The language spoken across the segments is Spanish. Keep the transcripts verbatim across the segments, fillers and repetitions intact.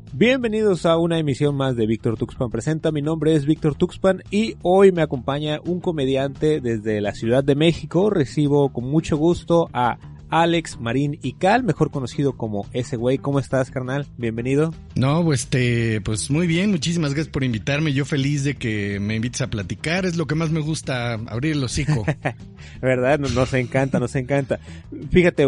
Bienvenidos a una emisión más de Víctor Tuxpan Presenta. Mi nombre es Víctor Tuxpan y hoy me acompaña un comediante desde la Ciudad de México. Recibo con mucho gusto a Alex Marín y Cal, mejor conocido como ese güey. ¿Cómo estás, carnal? Bienvenido. No, pues, este, pues muy bien, muchísimas gracias por invitarme. Yo feliz de que me invites a platicar, es lo que más me gusta, abrir el hocico. ¿Verdad? Nos, nos encanta, nos encanta. Fíjate,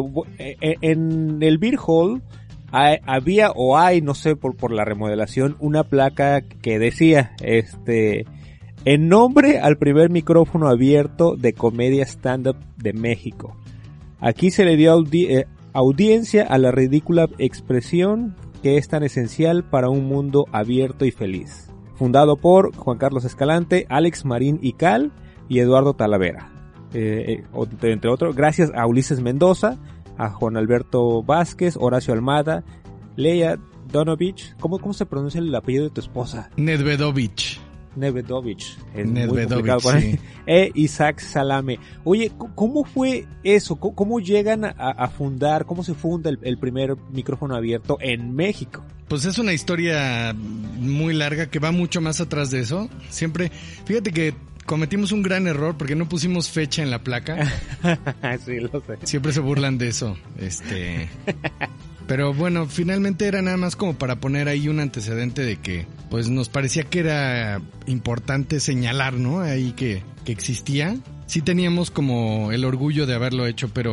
en el Beer Hall hay, había o hay, no sé, por, por la remodelación, una placa que decía, este, en nombre al primer micrófono abierto de comedia stand-up de México. Aquí se le dio audi- eh, audiencia a la ridícula expresión que es tan esencial para un mundo abierto y feliz. Fundado por Juan Carlos Escalante, Alex Marín y Cal y Eduardo Talavera. Eh, eh, entre otros, gracias a Ulises Mendoza, a Juan Alberto Vázquez, Horacio Almada, Leia Donovich. ¿Cómo, cómo se pronuncia el apellido de tu esposa? Nedvedovich. Nedvedovich, es Nedvedovich, muy sí. E Isaac Salame. Oye, ¿cómo fue eso? ¿Cómo, cómo llegan a, a fundar, cómo se funda el, el primer micrófono abierto en México? Pues es una historia muy larga que va mucho más atrás de eso. Siempre, fíjate que cometimos un gran error porque no pusimos fecha en la placa. Sí, lo sé. Siempre se burlan de eso. Este... Pero bueno, finalmente era nada más como para poner ahí un antecedente de que pues nos parecía que era importante señalar, ¿no? Ahí que, que existía. Sí teníamos como el orgullo de haberlo hecho, pero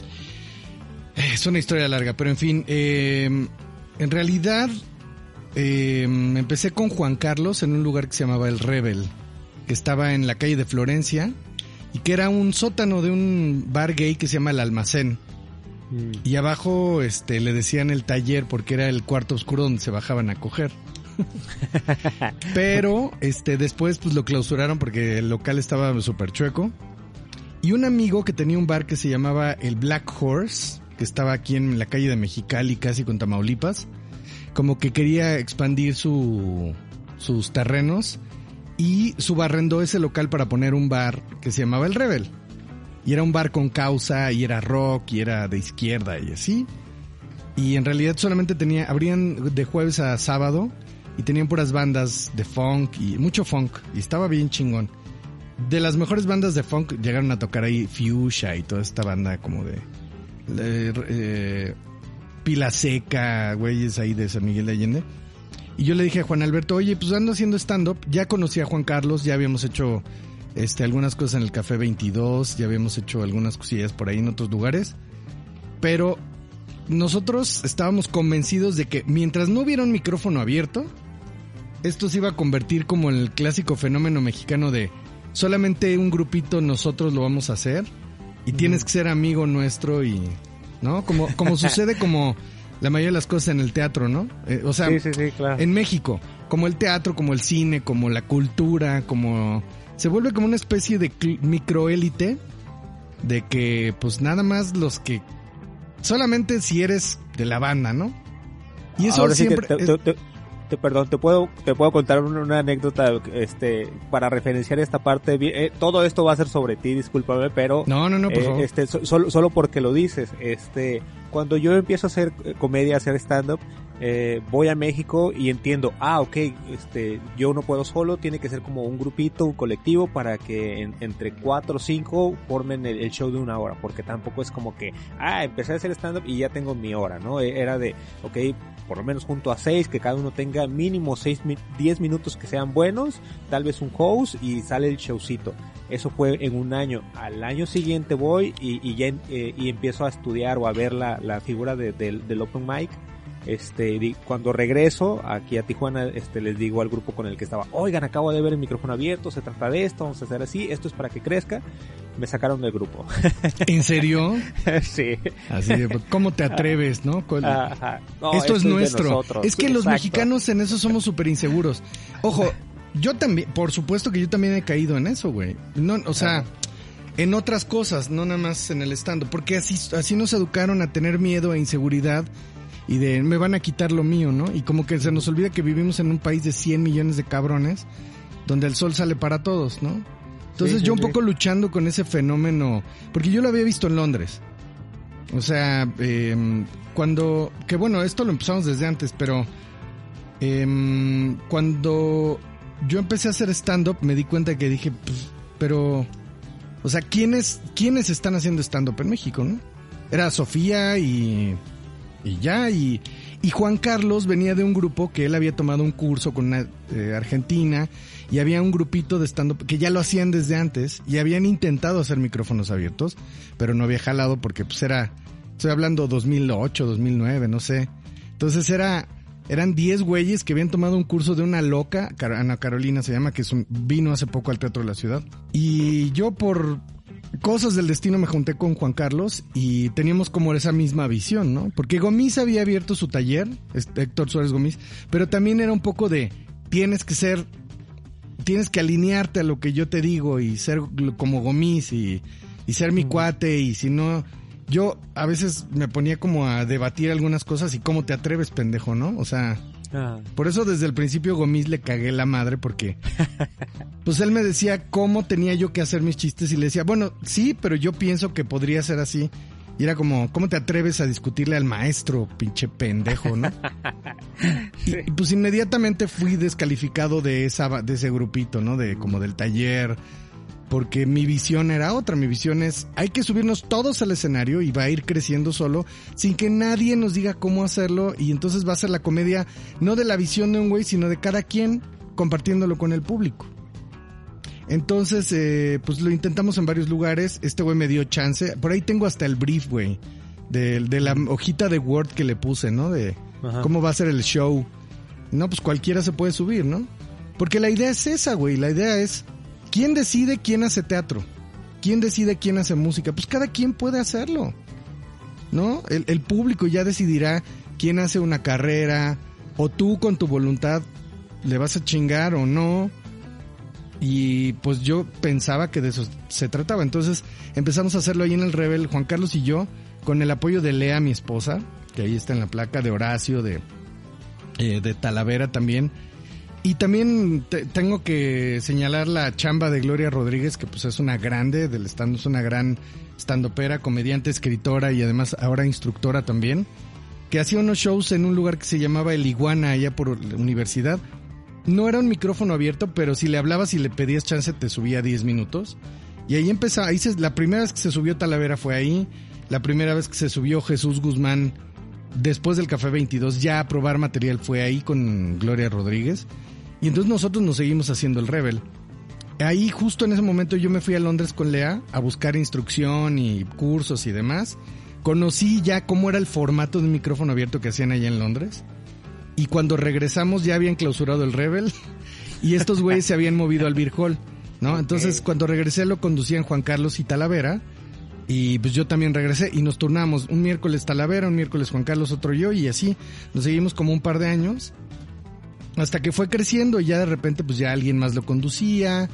es una historia larga. Pero en fin, eh, en realidad eh, empecé con Juan Carlos en un lugar que se llamaba El Rebel, que estaba en la calle de Florencia y que era un sótano de un bar gay que se llama El Almacén. Y abajo este le decían el taller porque era el cuarto oscuro donde se bajaban a coger. Pero este después pues lo clausuraron porque el local estaba súper chueco. Y un amigo que tenía un bar que se llamaba el Black Horse, que estaba aquí en la calle de Mexicali, casi con Tamaulipas, como que quería expandir su sus terrenos y subarrendó ese local para poner un bar que se llamaba El Rebel. Y era un bar con causa, y era rock, y era de izquierda, y así. Y en realidad solamente tenía, abrían de jueves a sábado, y tenían puras bandas de funk, y mucho funk, y estaba bien chingón. De las mejores bandas de funk llegaron a tocar ahí Fuchsia y toda esta banda como de... de eh, Pila Seca, güeyes ahí de San Miguel de Allende. Y yo le dije a Juan Alberto, oye, pues ando haciendo stand-up, ya conocí a Juan Carlos, ya habíamos hecho... Este, algunas cosas en el Café veintidós, ya habíamos hecho algunas cosillas por ahí en otros lugares, pero nosotros estábamos convencidos de que mientras no hubiera un micrófono abierto, esto se iba a convertir como en el clásico fenómeno mexicano de solamente un grupito nosotros lo vamos a hacer y tienes que ser amigo nuestro y, ¿no? Como, como sucede como la mayoría de las cosas en el teatro, ¿no? Eh, o sea, sí, sí, sí, claro. En México, como el teatro, como el cine, como la cultura, como... Se vuelve como una especie de cl- microélite de que pues nada más los que solamente si eres de la banda, ¿no? Y eso Ahora siempre sí te, es... te, te, te, perdón, te puedo te puedo contar una, una anécdota este para referenciar esta parte. Eh, todo esto va a ser sobre ti, discúlpame, pero No, no, no, por eh, favor. este so, solo solo porque lo dices, este cuando yo empiezo a hacer comedia, a hacer stand up, Eh, voy a México y entiendo, ah, ok, este, yo no puedo solo, tiene que ser como un grupito, un colectivo para que en, entre cuatro o cinco formen el, el show de una hora, porque tampoco es como que, ah, empecé a hacer stand-up y ya tengo mi hora, ¿no? Era de, ok, por lo menos junto a seis, que cada uno tenga mínimo seis, diez minutos que sean buenos, tal vez un host y sale el showcito. Eso fue en un año. Al año siguiente voy y, y ya eh, y empiezo a estudiar o a ver la, la figura de, de, del open mic. Este, cuando regreso aquí a Tijuana, este, les digo al grupo con el que estaba, oigan, acabo de ver el micrófono abierto, se trata de esto, vamos a hacer así, esto es para que crezca. Me sacaron del grupo. ¿En serio? Sí. Así de, ¿cómo te atreves, no? Ajá. No, esto, esto es nuestro. Es que sí, los exacto. mexicanos en eso somos súper inseguros. Ojo, yo también, por supuesto que yo también he caído en eso, güey. No, o sea, en otras cosas, no nada más en el stand-up, porque así, así nos educaron a tener miedo e inseguridad y de me van a quitar lo mío, ¿no? Y como que se nos olvida que vivimos en un país de cien millones de cabrones donde el sol sale para todos, ¿no? Entonces sí, sí, yo un sí. poco luchando con ese fenómeno, porque yo lo había visto en Londres. O sea, eh, cuando, que bueno, esto lo empezamos desde antes, pero Eh, cuando yo empecé a hacer stand-up me di cuenta que dije, pues, pero, o sea, ¿quiénes, quiénes están haciendo stand-up en México, no? Era Sofía y, y ya, y, y Juan Carlos venía de un grupo que él había tomado un curso con una eh, argentina, y había un grupito de stand-up que ya lo hacían desde antes, y habían intentado hacer micrófonos abiertos, pero no había jalado porque pues era, estoy hablando dos mil ocho, dos mil nueve, no sé. Entonces era, eran diez güeyes que habían tomado un curso de una loca, Ana Carolina se llama, que es un, vino hace poco al Teatro de la Ciudad. Y yo por cosas del destino me junté con Juan Carlos y teníamos como esa misma visión, ¿no? Porque Gomis había abierto su taller, Héctor Suárez Gomis, pero también era un poco de, tienes que ser, tienes que alinearte a lo que yo te digo y ser como Gomis y, y ser mi cuate, y si no... Yo a veces me ponía como a debatir algunas cosas y cómo te atreves, pendejo, ¿no? O sea, ah. por eso desde el principio Gomis le cagué la madre porque pues él me decía cómo tenía yo que hacer mis chistes y le decía, bueno, sí, pero yo pienso que podría ser así. Y era como, ¿cómo te atreves a discutirle al maestro, pinche pendejo, no? Sí. Y, y pues inmediatamente fui descalificado de esa de ese grupito, ¿no? De como del taller. Porque mi visión era otra, mi visión es, hay que subirnos todos al escenario y va a ir creciendo solo, sin que nadie nos diga cómo hacerlo, y entonces va a ser la comedia, no de la visión de un güey, sino de cada quien compartiéndolo con el público. Entonces, eh, pues lo intentamos en varios lugares, este güey me dio chance, por ahí tengo hasta el brief, güey, de, de la hojita de Word que le puse, ¿no? De Ajá. cómo va a ser el show. No, pues cualquiera se puede subir, ¿no? Porque la idea es esa, güey, la idea es... ¿Quién decide quién hace teatro? ¿Quién decide quién hace música? Pues cada quien puede hacerlo, ¿no? El, el público ya decidirá quién hace una carrera, o tú con tu voluntad le vas a chingar o no. Y pues yo pensaba que de eso se trataba. Entonces empezamos a hacerlo ahí en el Rebel, Juan Carlos y yo, con el apoyo de Lea, mi esposa, que ahí está en la placa, de Horacio, de, eh, de Talavera también. Y también te, tengo que señalar la chamba de Gloria Rodríguez, que pues es una grande del stand, es una gran standupera, comediante, escritora y además ahora instructora también, que hacía unos shows en un lugar que se llamaba El Iguana, allá por la universidad. No era un micrófono abierto, pero si le hablabas y le pedías chance te subía diez minutos. Y ahí empezaba, ahí se, la primera vez que se subió Talavera fue ahí, la primera vez que se subió Jesús Guzmán después del Café veintidós ya a probar material fue ahí con Gloria Rodríguez. Y entonces nosotros nos seguimos haciendo el Rebel. Ahí justo en ese momento yo me fui a Londres con Lea a buscar instrucción y cursos y demás. Conocí ya cómo era el formato de un micrófono abierto que hacían allá en Londres. Y cuando regresamos ya habían clausurado el Rebel y estos güeyes se habían movido al Beer Hall, ¿no? Okay. Entonces cuando regresé lo conducían Juan Carlos y Talavera. Y pues yo también regresé y nos turnamos. Un miércoles Talavera, un miércoles Juan Carlos, otro yo, y así nos seguimos como un par de años. Hasta que fue creciendo y ya de repente pues ya alguien más lo conducía,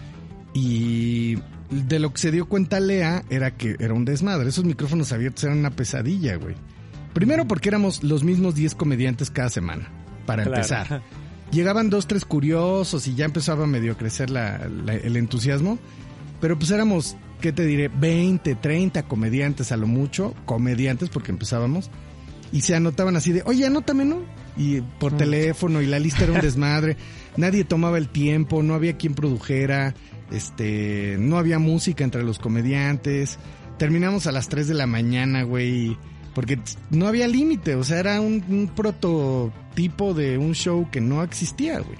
y de lo que se dio cuenta Lea era que era un desmadre. Esos micrófonos abiertos eran una pesadilla, güey. Primero porque éramos los mismos diez comediantes cada semana, para claro. empezar. Llegaban dos, tres curiosos y ya empezaba a medio crecer la, la, el entusiasmo, pero pues éramos, ¿qué te diré? veinte, treinta comediantes a lo mucho, comediantes porque empezábamos, y se anotaban así de, oye, anótame, ¿no? Y por teléfono, y la lista era un desmadre, nadie tomaba el tiempo, no había quien produjera, este, no había música entre los comediantes, terminamos a las tres de la mañana, güey, porque no había límite, o sea, era un, un prototipo de un show que no existía, güey.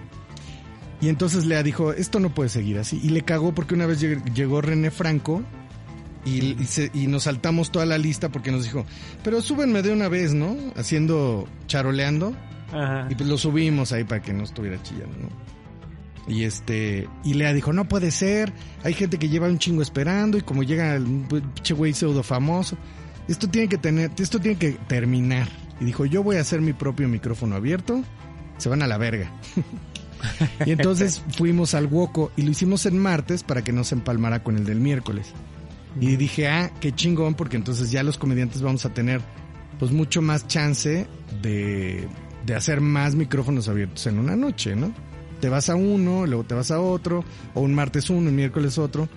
Y entonces Lea dijo, esto no puede seguir así, y le cagó porque una vez llegó René Franco, Y, y, se, y nos saltamos toda la lista porque nos dijo, pero súbenme de una vez, ¿no? Haciendo, charoleando. Ajá. Y pues lo subimos ahí para que no estuviera chillando, ¿no? Y este, y Lea dijo, no puede ser, hay gente que lleva un chingo esperando, y como llega el pinche güey pseudo famoso, esto tiene que tener, esto tiene que terminar. Y dijo, yo voy a hacer mi propio micrófono abierto, se van a la verga. Y entonces fuimos al Woco y lo hicimos en martes para que no se empalmara con el del miércoles. Y dije, ah, qué chingón, porque entonces ya los comediantes vamos a tener pues mucho más chance de, de hacer más micrófonos abiertos en una noche, ¿no? Te vas a uno, luego te vas a otro, o un martes uno, un miércoles otro.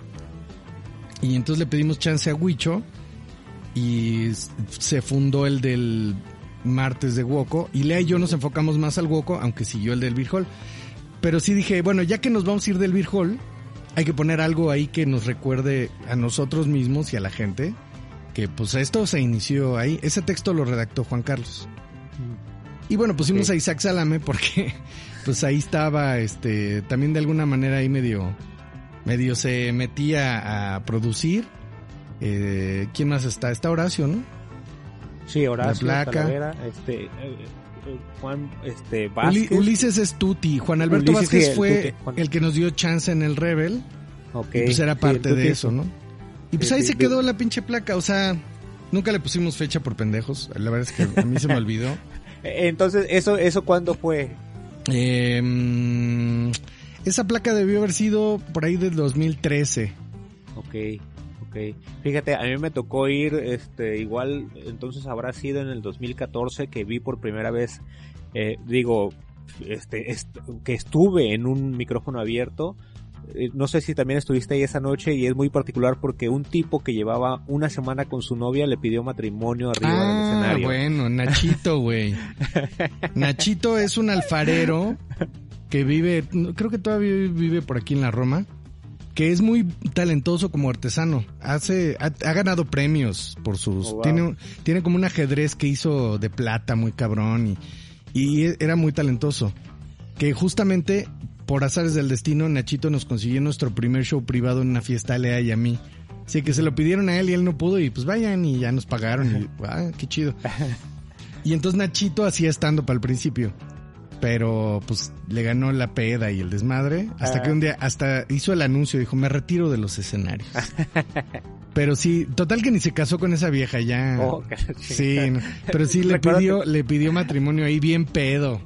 Y entonces le pedimos chance a Huicho y se fundó el del martes de Woco, y Lea y yo nos enfocamos más al Woco, aunque siguió el del Beer Hall. Pero sí dije, bueno, ya que nos vamos a ir del Beer Hall, hay que poner algo ahí que nos recuerde a nosotros mismos y a la gente que pues esto se inició ahí. Ese texto lo redactó Juan Carlos. Y bueno, pusimos okay. a Isaac Salame porque pues ahí estaba, este, también de alguna manera ahí medio, medio se metía a producir. Eh, ¿Quién más está? Está Horacio, ¿no? Sí, Horacio, La Placa. Talavera, este, eh, Juan, este, Vázquez. Ulises es Tuti. Juan Alberto Ulises, Vázquez sí, el fue Tuti, Juan. el que nos dio chance en el Rebel. Okay. Y pues era parte sí, de eso, ¿no? Y pues sí, ahí sí, se quedó la pinche placa, o sea, nunca le pusimos fecha por pendejos. La verdad es que a mí se me olvidó. Entonces, ¿eso eso cuándo fue? Eh, esa placa debió haber sido por ahí del dos mil trece. Ok, ok. Fíjate, a mí me tocó ir, este, igual, entonces habrá sido en el dos mil catorce que vi por primera vez, eh, digo, este, est- que estuve en un micrófono abierto. Eh, no sé si también estuviste ahí esa noche, y es muy particular porque un tipo que llevaba una semana con su novia le pidió matrimonio arriba ah, del escenario. Bueno, Nachito, güey. Nachito es un alfarero que vive, creo que todavía vive por aquí en la Roma, que es muy talentoso como artesano. Hace, ha, ha ganado premios por sus, oh, wow. tiene, tiene como un ajedrez que hizo de plata muy cabrón y, y era muy talentoso. Que justamente por azares del destino, Nachito nos consiguió nuestro primer show privado en una fiesta a Lea y a mí. Así que se lo pidieron a él y él no pudo y pues vayan y ya nos pagaron y ah, qué chido. Y entonces Nachito hacía stand-up al principio, pero pues le ganó la peda y el desmadre hasta que un día hasta hizo el anuncio, dijo, me retiro de los escenarios. Pero sí, total que ni se casó con esa vieja ya. Oh, sí, no, pero sí le pidió, le pidió matrimonio ahí bien pedo.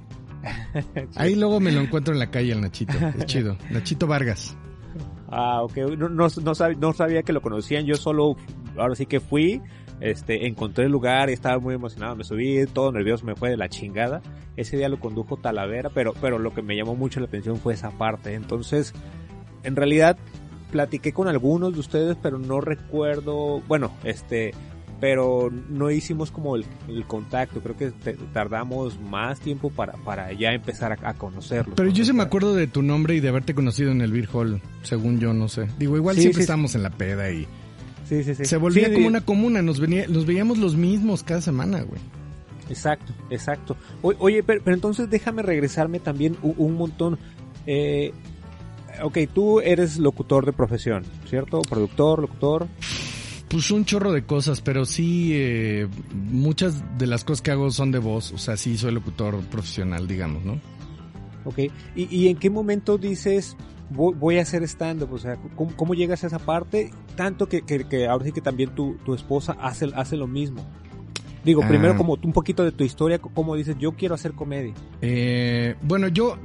Ahí luego me lo encuentro en la calle el Nachito, es chido, Nachito Vargas. Ah, ok, no, no, no, sabía, no sabía que lo conocían, yo solo, ahora sí que fui, este, encontré el lugar y estaba muy emocionado, me subí, todo nervioso, me fue de la chingada. Ese día lo condujo Talavera, pero, pero lo que me llamó mucho la atención fue esa parte. Entonces, en realidad, platiqué con algunos de ustedes, pero no recuerdo, bueno, este... pero no hicimos como el, el contacto, creo que te, tardamos más tiempo para, para ya empezar a, a conocerlos. Pero ¿no? yo sí me acuerdo de tu nombre y de haberte conocido en el Beer Hall, según yo, no sé. Digo, igual sí, siempre sí. estábamos en la peda y sí, sí, sí. se volvía sí, como sí. una comuna, nos venía, nos veíamos los mismos cada semana, güey. Exacto, exacto. O, oye, pero, pero entonces déjame regresarme también un, un montón. Eh, ok, tú eres locutor de profesión, ¿cierto? Productor, locutor... Pues un chorro de cosas, pero sí, eh, muchas de las cosas que hago son de voz, o sea, sí soy locutor profesional, digamos, ¿no? Ok, ¿y, y en qué momento dices, voy, voy a hacer stand-up? O sea, ¿cómo, cómo llegas a esa parte? Tanto que, que, que ahora sí que también tu, tu esposa hace, hace lo mismo. Digo, ah. primero como un poquito de tu historia, cómo dices, yo quiero hacer comedia. Eh, bueno, yo,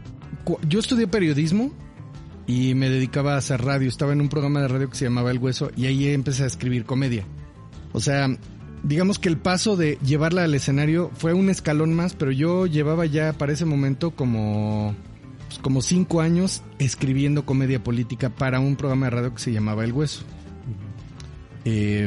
yo estudié periodismo. Y me dedicaba a hacer radio, estaba en un programa de radio que se llamaba El Hueso y ahí empecé a escribir comedia. O sea, digamos que el paso de llevarla al escenario fue un escalón más, pero yo llevaba ya para ese momento como, pues como cinco años escribiendo comedia política para un programa de radio que se llamaba El Hueso. Eh,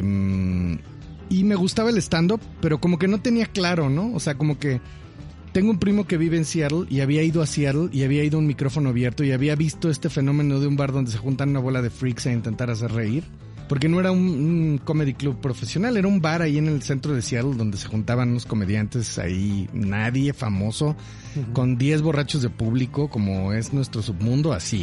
y me gustaba el stand-up, pero como que no tenía claro, ¿no? O sea, como que... Tengo un primo que vive en Seattle y había ido a Seattle y había ido a un micrófono abierto y había visto este fenómeno de un bar donde se juntan una bola de freaks a intentar hacer reír. Porque no era un, un comedy club profesional, era un bar ahí en el centro de Seattle donde se juntaban unos comediantes ahí, nadie famoso, uh-huh. con diez borrachos de público, como es nuestro submundo, así.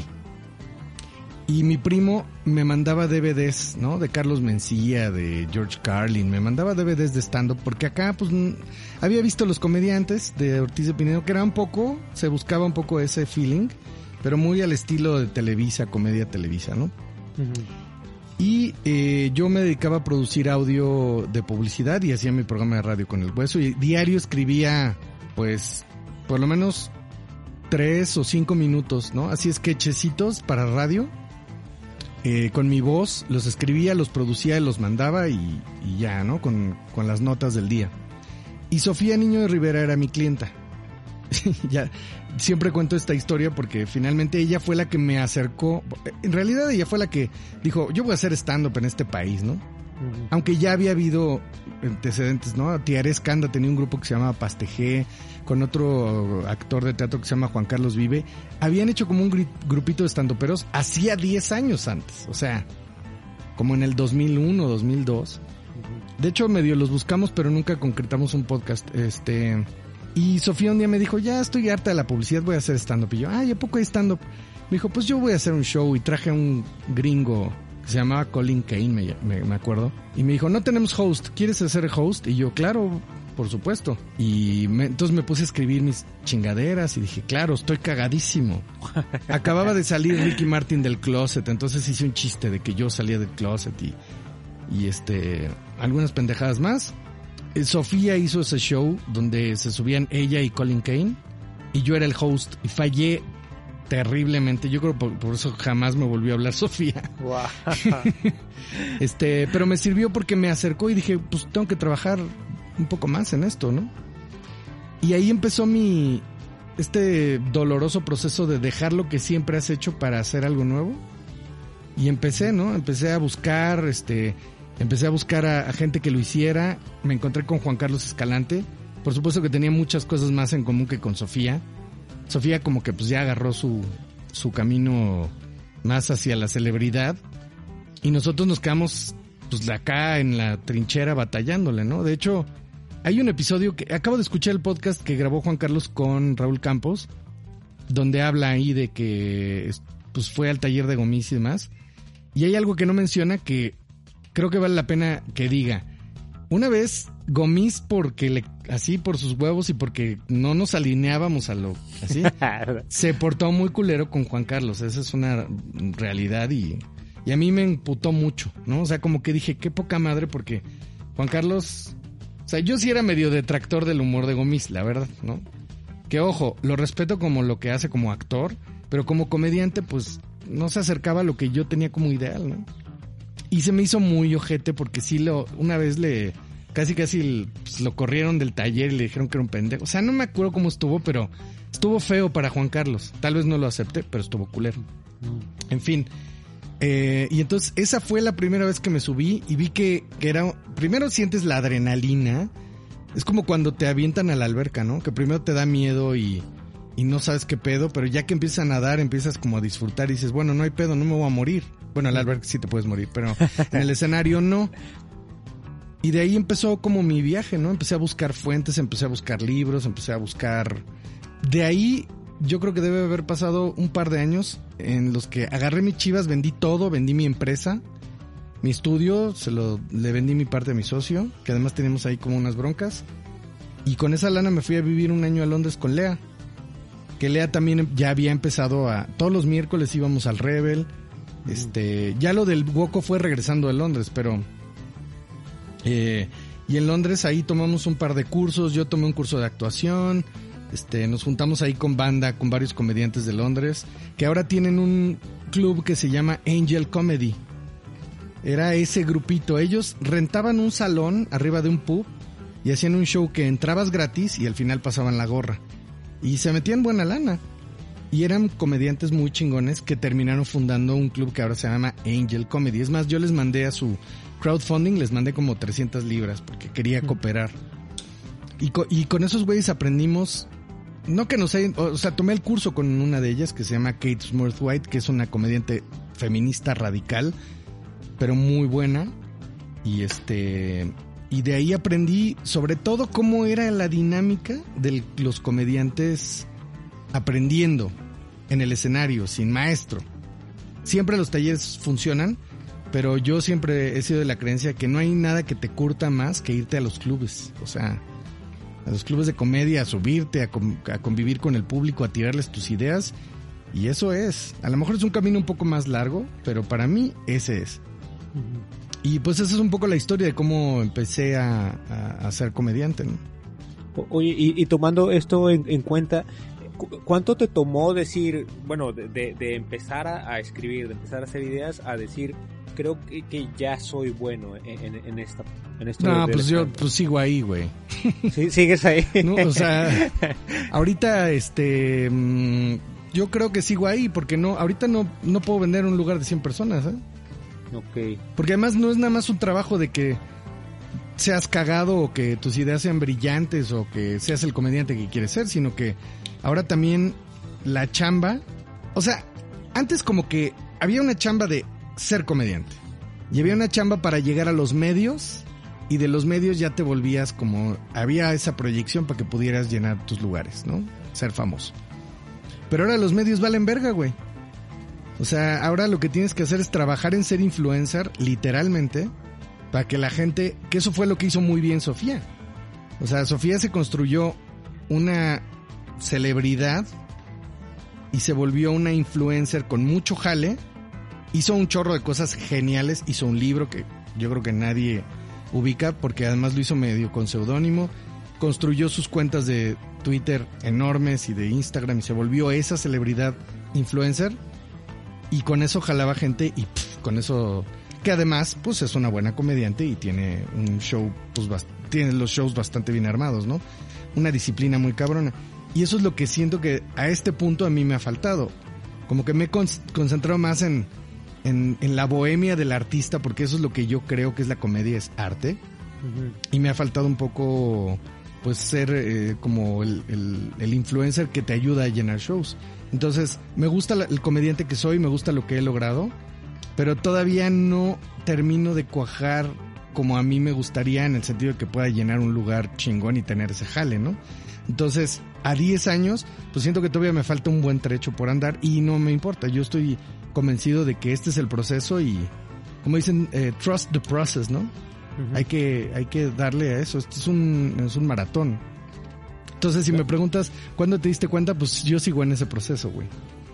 Y mi primo me mandaba D V Ds, ¿no? De Carlos Mencía, de George Carlin, me mandaba D V Ds de stand-up, porque acá, pues, había visto los comediantes de Ortiz de Pinedo, que era un poco, se buscaba un poco ese feeling, pero muy al estilo de Televisa, comedia Televisa, ¿no? Uh-huh. Y eh, yo me dedicaba a producir audio de publicidad y hacía mi programa de radio con El Hueso, y diario escribía, pues, por lo menos tres o cinco minutos, ¿no? Así sketchecitos para radio. Eh, con mi voz, los escribía, los producía, los mandaba y, y ya, ¿no? Con, con las notas del día. Y Sofía Niño de Rivera era mi clienta. Ya, siempre cuento esta historia porque finalmente ella fue la que me acercó. En realidad ella fue la que dijo, yo voy a hacer stand-up en este país, ¿no? Uh-huh. Aunque ya había habido antecedentes, ¿no? Tiare Escanda tenía un grupo que se llamaba Pastejé, con otro actor de teatro que se llama Juan Carlos Vive. Habían hecho como un gri- grupito de estandoperos hacía diez años antes, o sea, como en el dos mil uno, dos mil dos. Uh-huh. De hecho, medio los buscamos, pero nunca concretamos un podcast. Este... Y Sofía un día me dijo, ya estoy harta de la publicidad, voy a hacer stand-up. Y yo, ay, ¿a poco hay stand-up? Me dijo, pues yo voy a hacer un show. Y traje a un gringo que se llamaba Colin Kane, me, me, me acuerdo. Y me dijo, no tenemos host, ¿quieres hacer host? Y yo, claro, por supuesto. Y me, entonces me puse a escribir mis chingaderas y dije, claro, estoy cagadísimo. Acababa de salir Ricky Martin del closet, entonces hice un chiste de que yo salía del closet y, y este, algunas pendejadas más. Sofía hizo ese show donde se subían ella y Colin Kane y yo era el host y fallé terriblemente. Yo creo por, por eso jamás me volvió a hablar Sofía. Wow. este, pero me sirvió porque me acercó y dije, pues tengo que trabajar un poco más en esto, ¿no? Y ahí empezó mi este doloroso proceso de dejar lo que siempre has hecho para hacer algo nuevo. Y empecé, ¿no? Empecé a buscar, este, empecé a buscar a, a gente que lo hiciera. Me encontré con Juan Carlos Escalante. Por supuesto que tenía muchas cosas más en común que con Sofía. Sofía como que pues ya agarró su, su camino más hacia la celebridad. Y nosotros nos quedamos pues de acá en la trinchera batallándole, ¿no? De hecho, hay un episodio que acabo de escuchar el podcast que grabó Juan Carlos con Raúl Campos, donde habla ahí de que pues fue al taller de Gomis y demás. Y hay algo que no menciona que creo que vale la pena que diga. Una vez Gomis, porque le, así por sus huevos y porque no nos alineábamos a lo así, se portó muy culero con Juan Carlos. Esa es una realidad y, y a mí me emputó mucho, ¿no? O sea, como que dije, qué poca madre, porque Juan Carlos, o sea, yo sí era medio detractor del humor de Gomis, la verdad, ¿no? Que ojo, lo respeto como lo que hace como actor, pero como comediante, pues no se acercaba a lo que yo tenía como ideal, ¿no? Y se me hizo muy ojete porque sí lo, una vez le, casi casi pues, lo corrieron del taller y le dijeron que era un pendejo. O sea, no me acuerdo cómo estuvo, pero estuvo feo para Juan Carlos. Tal vez no lo acepté, pero estuvo culero. En fin. Eh, y entonces esa fue la primera vez que me subí y vi que, que era, primero sientes la adrenalina. Es como cuando te avientan a la alberca, ¿no? Que primero te da miedo y, y no sabes qué pedo, pero ya que empiezas a nadar, empiezas como a disfrutar y dices, bueno, no hay pedo, no me voy a morir. Bueno, en la alberca sí te puedes morir, pero en el escenario no. Y de ahí empezó como mi viaje, ¿no? Empecé a buscar fuentes, empecé a buscar libros, empecé a buscar... De ahí yo creo que debe haber pasado un par de años en los que agarré mis chivas, vendí todo, vendí mi empresa, mi estudio, se lo le vendí mi parte a mi socio, que además teníamos ahí como unas broncas. Y con esa lana me fui a vivir un año a Londres con Lea. Que Lea también ya había empezado a... Todos los miércoles íbamos al Rebel. Este, ya lo del Woco fue regresando de Londres, pero eh, y en Londres ahí tomamos un par de cursos. Yo tomé un curso de actuación. Este, nos juntamos ahí con banda, con varios comediantes de Londres, que ahora tienen un club que se llama Angel Comedy. Era ese grupito. Ellos rentaban un salón arriba de un pub y hacían un show que entrabas gratis y al final pasaban la gorra. Y se metían buena lana. Y eran comediantes muy chingones que terminaron fundando un club que ahora se llama Angel Comedy. Es más, yo les mandé a su crowdfunding, les mandé como trescientas libras porque quería cooperar. Y, co- y con esos güeyes aprendimos, no que nos hayan, o sea, tomé el curso con una de ellas que se llama Kate Smurthwaite, que es una comediante feminista radical, pero muy buena. Y este... Y de ahí aprendí sobre todo cómo era la dinámica de los comediantes aprendiendo en el escenario, sin maestro. Siempre los talleres funcionan, pero yo siempre he sido de la creencia que no hay nada que te curta más que irte a los clubes. O sea, a los clubes de comedia, a subirte, a, con, a convivir con el público, a tirarles tus ideas. Y eso es. A lo mejor es un camino un poco más largo, pero para mí ese es. Uh-huh. Y pues esa es un poco la historia de cómo empecé a, a, a ser comediante, ¿no? Oye, y, y tomando esto en, en cuenta, ¿cuánto te tomó decir, bueno, de, de, de empezar a, a escribir, de empezar a hacer ideas, a decir, creo que, que ya soy bueno en, en, en esta en esto? No, de, pues de yo pues sigo ahí, güey. ¿Sí, sigues ahí? No, o sea, ahorita, este, yo creo que sigo ahí porque no, ahorita no, no puedo vender un lugar de cien personas, ¿eh? Ok. Porque además no es nada más un trabajo de que seas cagado o que tus ideas sean brillantes o que seas el comediante que quieres ser, sino que ahora también la chamba, o sea, antes como que había una chamba de ser comediante y había una chamba para llegar a los medios y de los medios ya te volvías como, había esa proyección para que pudieras llenar tus lugares, ¿no? Ser famoso. Pero ahora los medios valen verga, güey. O sea, ahora lo que tienes que hacer es trabajar en ser influencer, literalmente, para que la gente, que eso fue lo que hizo muy bien Sofía. O sea, Sofía se construyó una celebridad y se volvió una influencer con mucho jale. Hizo un chorro de cosas geniales, hizo un libro que yo creo que nadie ubica porque además lo hizo medio con seudónimo. Construyó sus cuentas de Twitter enormes y de Instagram y se volvió esa celebridad influencer. Y con eso jalaba gente y pff, con eso... Que además, pues es una buena comediante y tiene un show, pues bast- tiene los shows bastante bien armados, ¿no? Una disciplina muy cabrona. Y eso es lo que siento que a este punto a mí me ha faltado. Como que me he con- concentrado más en, en, en la bohemia del artista, porque eso es lo que yo creo que es la comedia, es arte. Uh-huh. Y me ha faltado un poco, pues, ser eh, como el, el, el influencer que te ayuda a llenar shows. Entonces, me gusta la, el comediante que soy, me gusta lo que he logrado, pero todavía no termino de cuajar como a mí me gustaría, en el sentido de que pueda llenar un lugar chingón y tener ese jale, ¿no? Entonces, a diez años, pues siento que todavía me falta un buen trecho por andar y no me importa. Yo estoy convencido de que este es el proceso y, como dicen, eh, trust the process, ¿no? Uh-huh. Hay que, hay que darle a eso. Esto es un, es un maratón. Entonces, si me preguntas, ¿cuándo te diste cuenta? Pues yo sigo en ese proceso, güey.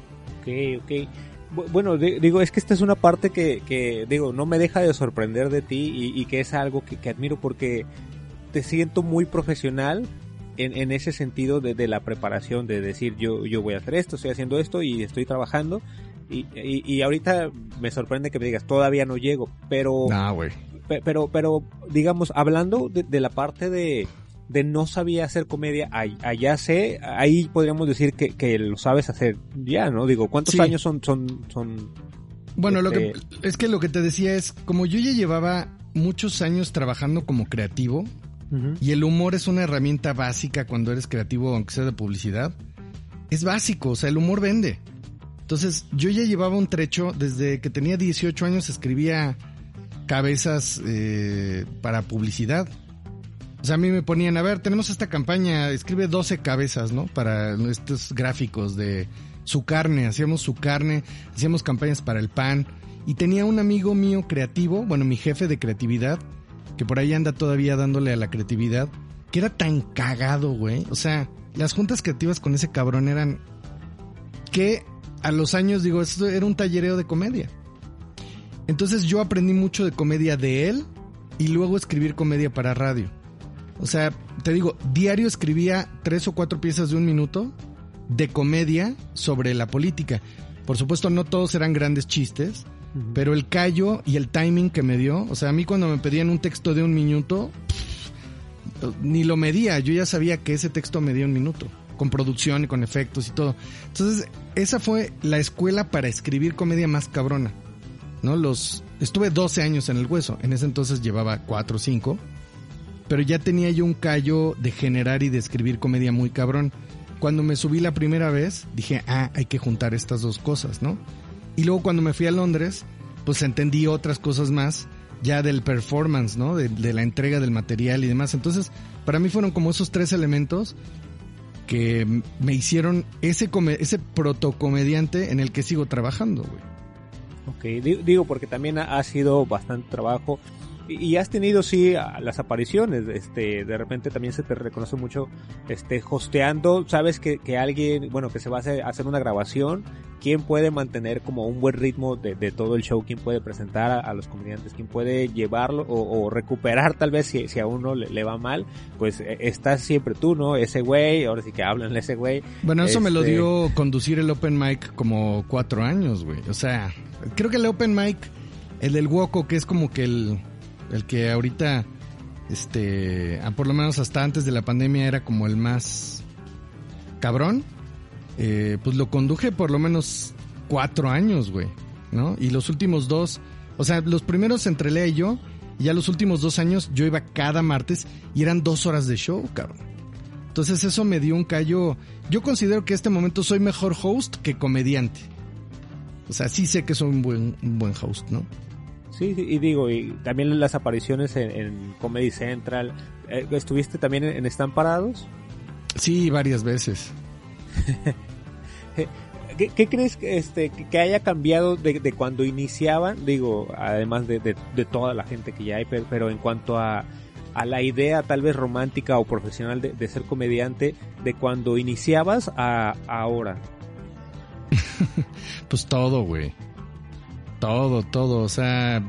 Ok, ok. Bueno, digo, es que esta es una parte que, que digo, no me deja de sorprender de ti y, y que es algo que, que admiro porque te siento muy profesional en, en ese sentido de, de la preparación, de decir yo, yo voy a hacer esto, estoy haciendo esto y estoy trabajando y, y, y ahorita me sorprende que me digas, todavía no llego, pero, nah, güey. pero, pero, digamos, hablando de, de la parte de, de no sabía hacer comedia, allá sé, ahí podríamos decir que, que lo sabes hacer ya, ¿no? Digo, ¿cuántos sí. años son, son, son? Bueno, este... lo que, es que lo que te decía es, como yo ya llevaba muchos años trabajando como creativo, uh-huh. y el humor es una herramienta básica cuando eres creativo, aunque sea de publicidad, es básico, o sea, el humor vende. Entonces, yo ya llevaba un trecho, desde que tenía dieciocho años escribía cabezas eh, para publicidad. O sea, a mí me ponían, a ver, tenemos esta campaña, escribe doce cabezas, ¿no? Para estos gráficos de su carne, hacíamos su carne, hacíamos campañas para el pan. Y tenía un amigo mío creativo, bueno, mi jefe de creatividad, que por ahí anda todavía dándole a la creatividad, que era tan cagado, güey. O sea, las juntas creativas con ese cabrón eran que a los años, digo, esto era un tallereo de comedia. Entonces yo aprendí mucho de comedia de él y luego escribir comedia para radio. O sea, te digo, diario escribía tres o cuatro piezas de un minuto de comedia sobre la política. Por supuesto, no todos eran grandes chistes, uh-huh. pero el callo y el timing que me dio, o sea, a mí cuando me pedían un texto de un minuto, pff, ni lo medía, yo ya sabía que ese texto medía un minuto, con producción y con efectos y todo. Entonces, esa fue la escuela para escribir comedia más cabrona, ¿no? Los, estuve doce años en el Hueso, en ese entonces llevaba cuatro o cinco, pero ya tenía yo un callo de generar y de escribir comedia muy cabrón. Cuando me subí la primera vez, dije, ah, hay que juntar estas dos cosas, ¿no? Y luego cuando me fui a Londres, pues entendí otras cosas más, ya del performance, ¿no? De, de la entrega del material y demás. Entonces, para mí fueron como esos tres elementos que me hicieron ese, come- ese protocomediante en el que sigo trabajando, güey. Ok, digo, porque también ha sido bastante trabajo. Y has tenido, sí, las apariciones, este, de repente también se te reconoce mucho, este, hosteando, sabes que, que alguien, bueno, que se va a hacer, hacer una grabación, quién puede mantener como un buen ritmo de, de todo el show, quién puede presentar a, a los comediantes, quién puede llevarlo o, o recuperar tal vez si, si a uno le, le va mal, pues estás siempre tú, ¿no? Ese güey, ahora sí que hablan ese güey. Bueno, eso este... me lo dio conducir el open mic como cuatro años, güey, o sea, creo que el open mic, el del Woco, que es como que el... el que ahorita, este, por lo menos hasta antes de la pandemia era como el más cabrón, eh, pues lo conduje por lo menos cuatro años, güey, ¿no? Y los últimos dos, O sea, los primeros entre Lea y yo, y ya los últimos dos años yo iba cada martes y eran dos horas de show, cabrón. Entonces eso me dio un callo. Yo considero que en este momento soy mejor host que comediante. O sea, sí sé que soy un buen, un buen host, ¿no? Sí, y digo, y también las apariciones en, en Comedy Central. Eh, ¿Estuviste también en, en Están Parados? Sí, varias veces. ¿Qué, ¿Qué crees que, este, que haya cambiado de, de cuando iniciaban? Digo, además de, de, de toda la gente que ya hay, pero, pero en cuanto a, a la idea tal vez romántica o profesional de, de ser comediante, de cuando iniciabas a, a ahora. Pues todo, güey. Todo, todo, o sea...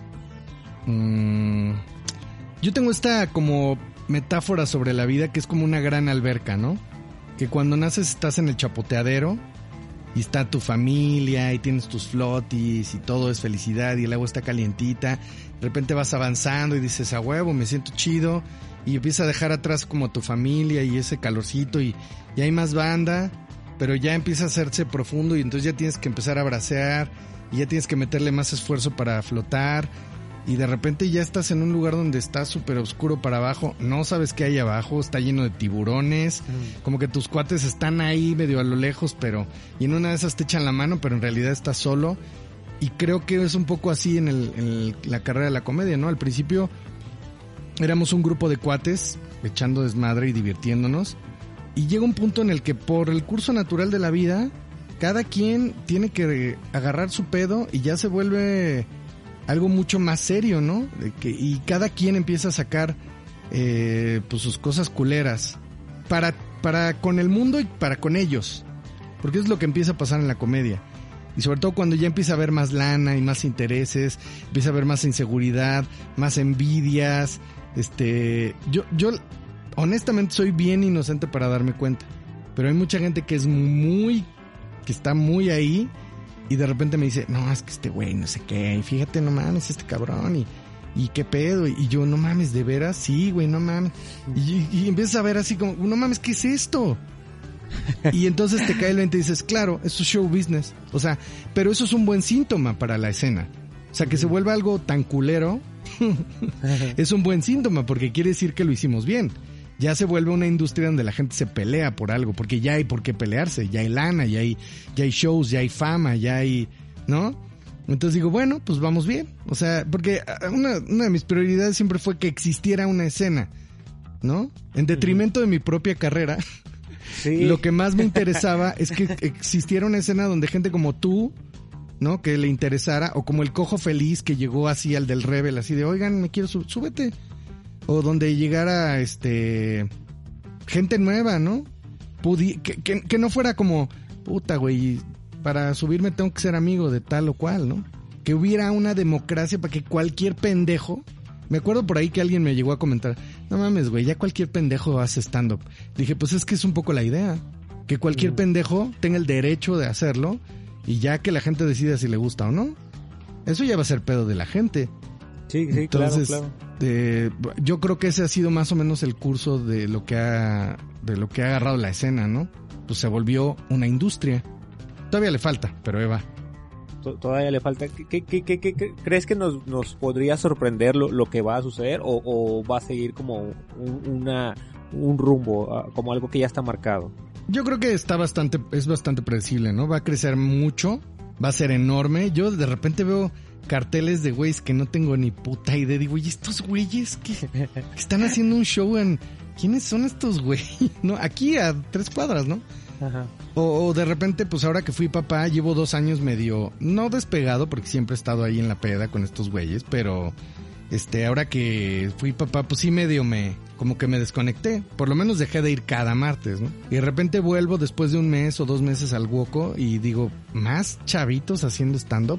Mmm, yo tengo esta como metáfora sobre la vida que es como una gran alberca, ¿no? Que cuando naces estás en el chapoteadero y está tu familia y tienes tus flotis y todo es felicidad y el agua está calientita. De repente vas avanzando y dices, a huevo, me siento chido. Y empiezas a dejar atrás como tu familia y ese calorcito y, y hay más banda, pero ya empieza a hacerse profundo y entonces ya tienes que empezar a bracear y ya tienes que meterle más esfuerzo para flotar. Y de repente ya estás en un lugar donde está súper oscuro para abajo, no sabes qué hay abajo, está lleno de tiburones, mm. como que tus cuates están ahí medio a lo lejos, pero y en una de esas te echan la mano, pero en realidad estás solo. Y creo que es un poco así en, el, en el, la carrera de la comedia, ¿no? Al principio éramos un grupo de cuates echando desmadre y divirtiéndonos, y llega un punto en el que por el curso natural de la vida, cada quien tiene que agarrar su pedo y ya se vuelve... algo mucho más serio, ¿no? De que, y cada quien empieza a sacar eh, pues sus cosas culeras para, para con el mundo y para con ellos, porque es lo que empieza a pasar en la comedia. Y sobre todo cuando ya empieza a haber más lana y más intereses, empieza a haber más inseguridad, más envidias. Este, yo, yo honestamente soy bien inocente para darme cuenta, pero hay mucha gente que es muy, que está muy ahí. Y de repente me dice, no, es que este güey, no sé qué, y fíjate, no mames, este cabrón, y, y qué pedo, y yo, no mames, ¿de veras? Sí, güey, no mames. Y, y empiezas a ver así como, no mames, ¿qué es esto? Y entonces te cae el veinte y dices, claro, eso es show business. O sea, pero eso es un buen síntoma para la escena. O sea, que se vuelva algo tan culero, es un buen síntoma, porque quiere decir que lo hicimos bien. Ya se vuelve una industria donde la gente se pelea por algo, porque ya hay por qué pelearse, ya hay lana, ya hay, ya hay shows, ya hay fama, ya hay, ¿no? Entonces digo, bueno, pues vamos bien. O sea, porque una, una de mis prioridades siempre fue que existiera una escena, ¿no? En detrimento de mi propia carrera, sí. Lo que más me interesaba es que existiera una escena donde gente como tú, ¿no? Que le interesara, o como el cojo feliz que llegó así al del Rebel, así de, oigan, me quiero, sub- súbete. O donde llegara este gente nueva, ¿no? Pudi- que, que, que no fuera como, puta, güey, para subirme tengo que ser amigo de tal o cual, ¿no? Que hubiera una democracia para que cualquier pendejo... Me acuerdo por ahí que alguien me llegó a comentar, no mames, güey, ya cualquier pendejo hace stand-up. Dije, pues es que es un poco la idea. Que cualquier mm. pendejo tenga el derecho de hacerlo y ya que la gente decida si le gusta o no. Eso ya va a ser pedo de la gente. Sí, sí, Entonces, claro, claro. Eh, yo creo que ese ha sido más o menos el curso de lo que ha de lo que ha agarrado la escena, ¿no? Pues se volvió una industria. Todavía le falta, pero Eva. Todavía le falta. ¿Qué, qué, qué, qué, qué crees que nos, nos podría sorprender lo, lo que va a suceder o, o va a seguir como un, una un rumbo, como algo que ya está marcado? Yo creo que está bastante es bastante predecible, ¿no? Va a crecer mucho, va a ser enorme. Yo de repente veo carteles de güeyes que no tengo ni puta idea. Digo, ¿y estos güeyes que, que están haciendo un show en... ¿Quiénes son estos güeyes? ¿No? Aquí a tres cuadras, ¿no? Ajá. O, o de repente, pues ahora que fui papá, llevo dos años medio... No despegado, porque siempre he estado ahí en la peda con estos güeyes, pero... Este, ahora que fui papá, pues sí medio me... Como que me desconecté. Por lo menos dejé de ir cada martes, ¿no? Y de repente vuelvo después de un mes o dos meses al Woco y digo, ¿más chavitos haciendo stand-up?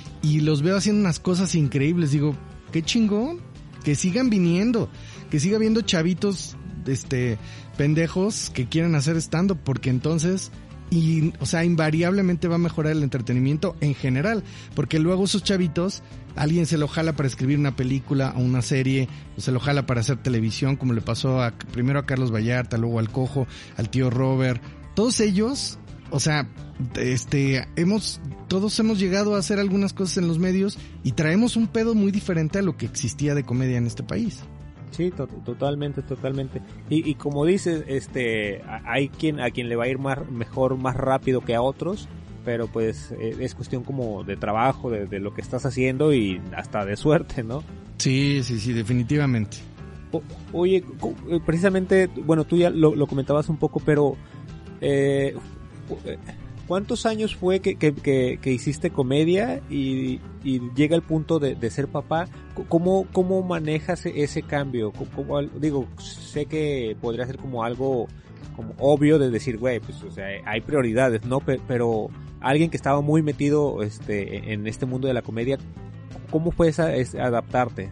Y los veo haciendo unas cosas increíbles. Digo, qué chingón. Que sigan viniendo. Que siga habiendo chavitos, este, pendejos que quieran hacer stand-up. Porque entonces, y, o sea, invariablemente va a mejorar el entretenimiento en general. Porque luego esos chavitos, alguien se lo jala para escribir una película o una serie. O se lo jala para hacer televisión, como le pasó a, primero a Carlos Vallarta, luego al Cojo, al tío Robert. Todos ellos, o sea... este, hemos, todos hemos llegado a hacer algunas cosas en los medios y traemos un pedo muy diferente a lo que existía de comedia en este país. Sí, to- totalmente, totalmente. Y, y como dices, este, hay quien a quien le va a ir más, mejor, más rápido que a otros, pero pues eh, es cuestión como de trabajo, de, de lo que estás haciendo y hasta de suerte, ¿no? Sí, sí, sí, definitivamente. O, oye, precisamente, bueno, tú ya lo, lo comentabas un poco, pero eh, ¿cuántos años fue que, que, que, que hiciste comedia y, y llega el punto de, de ser papá? ¿Cómo, cómo manejas ese cambio? ¿Cómo, cómo, digo, sé que podría ser como algo como obvio de decir, güey, pues, o sea, hay prioridades, ¿no? Pero alguien que estaba muy metido este, en este mundo de la comedia, ¿cómo fue esa, esa adaptarte?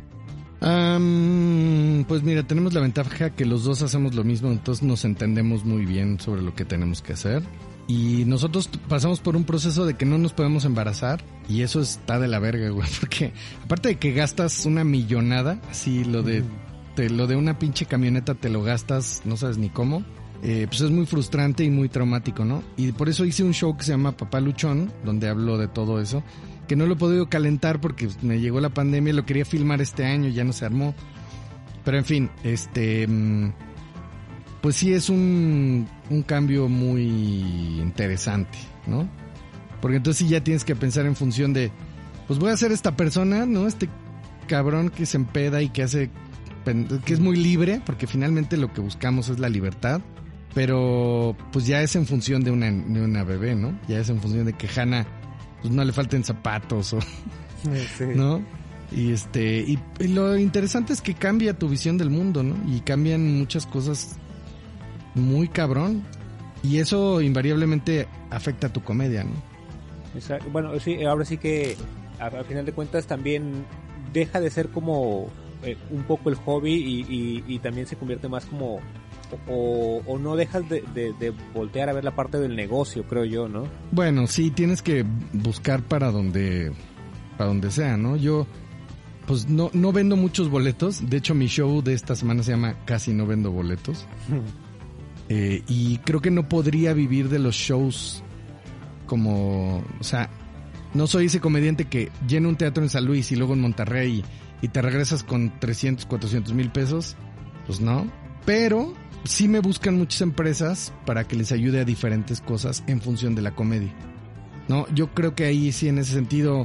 Um, pues mira, tenemos la ventaja que los dos hacemos lo mismo, entonces nos entendemos muy bien sobre lo que tenemos que hacer. Y nosotros pasamos por un proceso de que no nos podemos embarazar y eso está de la verga, güey, porque aparte de que gastas una millonada, así lo de te, lo de una pinche camioneta te lo gastas, no sabes ni cómo, eh, pues es muy frustrante y muy traumático, ¿no? Y por eso hice un show que se llama Papá Luchón, donde hablo de todo eso, que no lo he podido calentar porque me llegó la pandemia, lo quería filmar este año, ya no se armó. Pero en fin, este, pues sí es un, un cambio muy interesante, ¿no? Porque entonces sí ya tienes que pensar en función de, pues voy a ser esta persona, ¿no? Este cabrón que se empeda y que hace, que es muy libre, porque finalmente lo que buscamos es la libertad. Pero pues ya es en función de una, de una bebé, ¿no? Ya es en función de que Hannah pues no le falten zapatos o sí. ¿No? Y este y, y lo interesante es que cambia tu visión del mundo, ¿no? Y cambian muchas cosas muy cabrón y eso invariablemente afecta a tu comedia, ¿no? Exacto. Bueno, sí, ahora sí que al final de cuentas también deja de ser como eh, un poco el hobby y, y, y también se convierte más como O, o no dejas de, de, de voltear a ver la parte del negocio, creo yo, ¿no? Bueno, sí, tienes que buscar para donde para donde sea, ¿no? Yo pues no no vendo muchos boletos, de hecho mi show de esta semana se llama Casi no vendo boletos. eh, y creo que no podría vivir de los shows como, o sea, no soy ese comediante que llena un teatro en San Luis y luego en Monterrey y, y te regresas con trescientos, cuatrocientos mil pesos, pues no, pero sí me buscan muchas empresas para que les ayude a diferentes cosas en función de la comedia. No, yo creo que ahí sí en ese sentido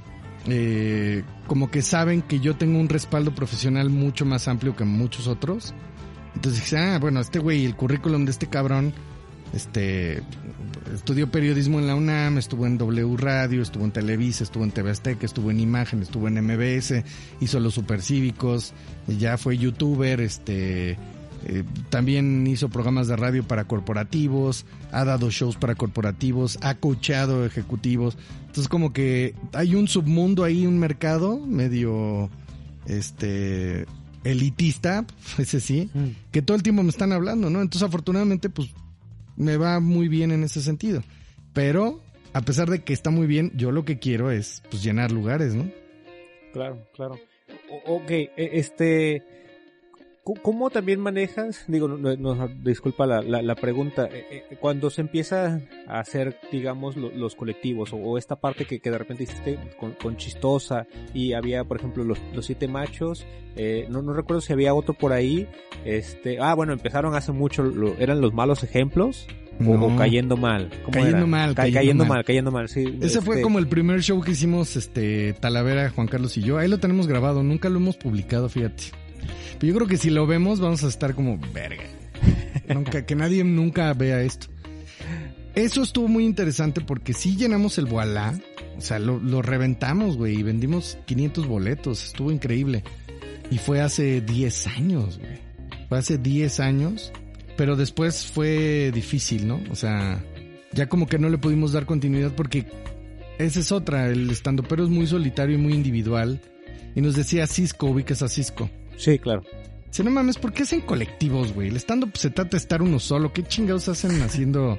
eh, como que saben que yo tengo un respaldo profesional mucho más amplio que muchos otros. Entonces dije, ah, bueno, este güey, el currículum de este cabrón, este estudió periodismo en la UNAM, estuvo en W Radio, estuvo en Televisa, estuvo en T V Azteca, estuvo en Imagen, estuvo en M B S, hizo los Supercívicos, ya fue youtuber, este Eh, también hizo programas de radio para corporativos, ha dado shows para corporativos, ha coachado ejecutivos. Entonces como que hay un submundo ahí, un mercado medio este elitista, ese sí, mm. que todo el tiempo me están hablando, ¿no? Entonces afortunadamente pues me va muy bien en ese sentido. Pero a pesar de que está muy bien, yo lo que quiero es pues llenar lugares, ¿no? Claro, claro. O, ok, este... ¿Cómo también manejas? Digo, no, no, disculpa la, la, la pregunta. Cuando se empieza a hacer, digamos, lo, los colectivos o, o esta parte que, que de repente hiciste con, con Chistosa y había, por ejemplo, los, los siete machos. Eh, no, no recuerdo si había otro por ahí. Este, ah, bueno, empezaron hace mucho. Lo, ¿Eran los malos ejemplos? O, no. o cayendo mal. Cayendo era? mal, Ca- cayendo, cayendo mal. mal, cayendo mal, sí. Ese este... fue como el primer show que hicimos, este, Talavera, Juan Carlos y yo. Ahí lo tenemos grabado, nunca lo hemos publicado, fíjate. Pero yo creo que si lo vemos vamos a estar como verga. Nunca, que nadie nunca vea esto. Eso estuvo muy interesante porque sí llenamos el Voilá. O sea, lo, lo reventamos, güey, y vendimos quinientos boletos. Estuvo increíble. Y fue hace diez años, güey. Fue hace diez años. Pero después fue difícil, ¿no? O sea, ya como que no le pudimos dar continuidad porque esa es otra. El estandopero es muy solitario y muy individual. Y nos decía Cisco, ubicas a Cisco. Sí, claro. Si no mames, ¿por qué hacen colectivos, güey? El stand-up se trata de estar uno solo. ¿Qué chingados hacen haciendo?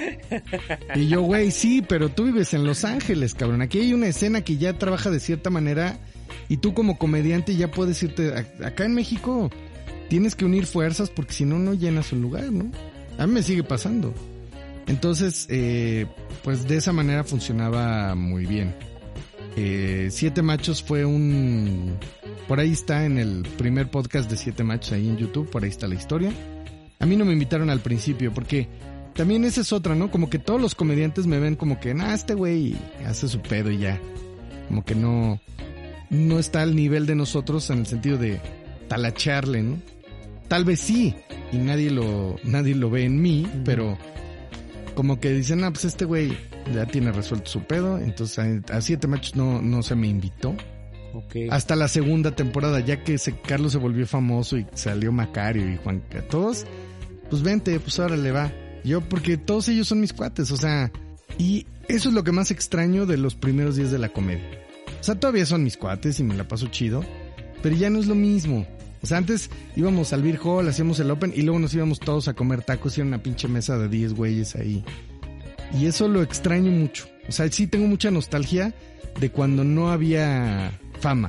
Y yo, güey, sí, pero tú vives en Los Ángeles, cabrón. Aquí hay una escena que ya trabaja de cierta manera y tú como comediante ya puedes irte... Acá en México tienes que unir fuerzas porque si no, no llenas un lugar, ¿no? A mí me sigue pasando. Entonces, eh, pues de esa manera funcionaba muy bien. Eh, Siete Machos fue un... Por ahí está en el primer podcast de Siete Machos ahí en YouTube, por ahí está la historia. A mí no me invitaron al principio porque también esa es otra, ¿no? Como que todos los comediantes me ven como que, nah, este güey hace su pedo y ya. Como que no, no está al nivel de nosotros en el sentido de talacharle, ¿no? Tal vez sí, y nadie lo, nadie lo ve en mí, uh-huh. Pero como que dicen, ah, pues este güey ya tiene resuelto su pedo, entonces a, a Siete Machos no, no se me invitó. Okay. Hasta la segunda temporada, ya que se, Carlos se volvió famoso y salió Macario y Juan, todos, pues vente, pues ahora le va. Yo, porque todos ellos son mis cuates, o sea, y eso es lo que más extraño de los primeros días de la comedia. O sea, todavía son mis cuates y me la paso chido, pero ya no es lo mismo. O sea, antes íbamos al Beer Hall, hacíamos el Open y luego nos íbamos todos a comer tacos y era una pinche mesa de diez güeyes ahí. Y eso lo extraño mucho. O sea, sí tengo mucha nostalgia de cuando no había fama.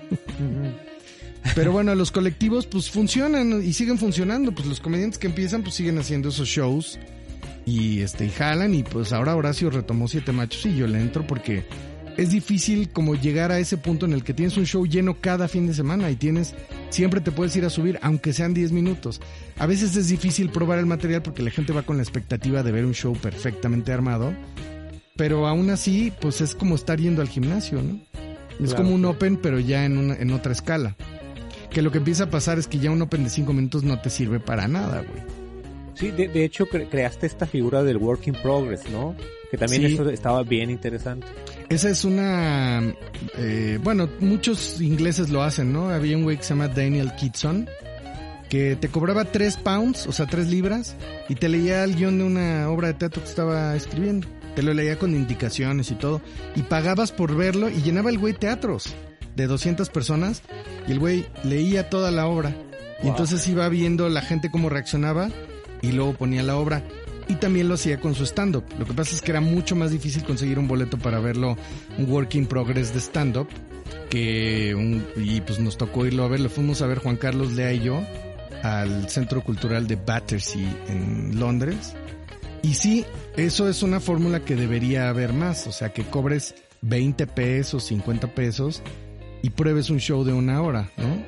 Pero bueno, los colectivos pues funcionan y siguen funcionando. Pues los comediantes que empiezan pues siguen haciendo esos shows y este y jalan. Y pues ahora Horacio retomó Siete Machos y yo le entro porque es difícil como llegar a ese punto en el que tienes un show lleno cada fin de semana y tienes, siempre te puedes ir a subir, aunque sean diez minutos. A veces es difícil probar el material porque la gente va con la expectativa de ver un show perfectamente armado, pero aún así, pues es como estar yendo al gimnasio, ¿no? Es claro, como un open, pero ya en una, en otra escala. Que lo que empieza a pasar es que ya un open de cinco minutos no te sirve para nada, güey. Sí, de, de hecho cre- creaste esta figura del work in progress, ¿no? Que también sí. Eso estaba bien interesante. Esa es una... Eh, bueno, muchos ingleses lo hacen, ¿no? Había un güey que se llama Daniel Kitson, que te cobraba tres pounds, o sea, tres libras, y te leía el guión de una obra de teatro que estaba escribiendo. Te lo leía con indicaciones y todo, y pagabas por verlo, y llenaba el güey teatros de doscientas personas, y el güey leía toda la obra. Wow. Y entonces iba viendo la gente cómo reaccionaba, y luego ponía la obra. Y también lo hacía con su stand-up. Lo que pasa es que era mucho más difícil conseguir un boleto para verlo, un work in progress de stand-up, que un, y pues nos tocó irlo a ver. Lo fuimos a ver Juan Carlos Lea y yo al Centro Cultural de Battersea en Londres. Y sí, eso es una fórmula que debería haber más. O sea, que cobres veinte pesos, cincuenta pesos y pruebes un show de una hora, ¿no?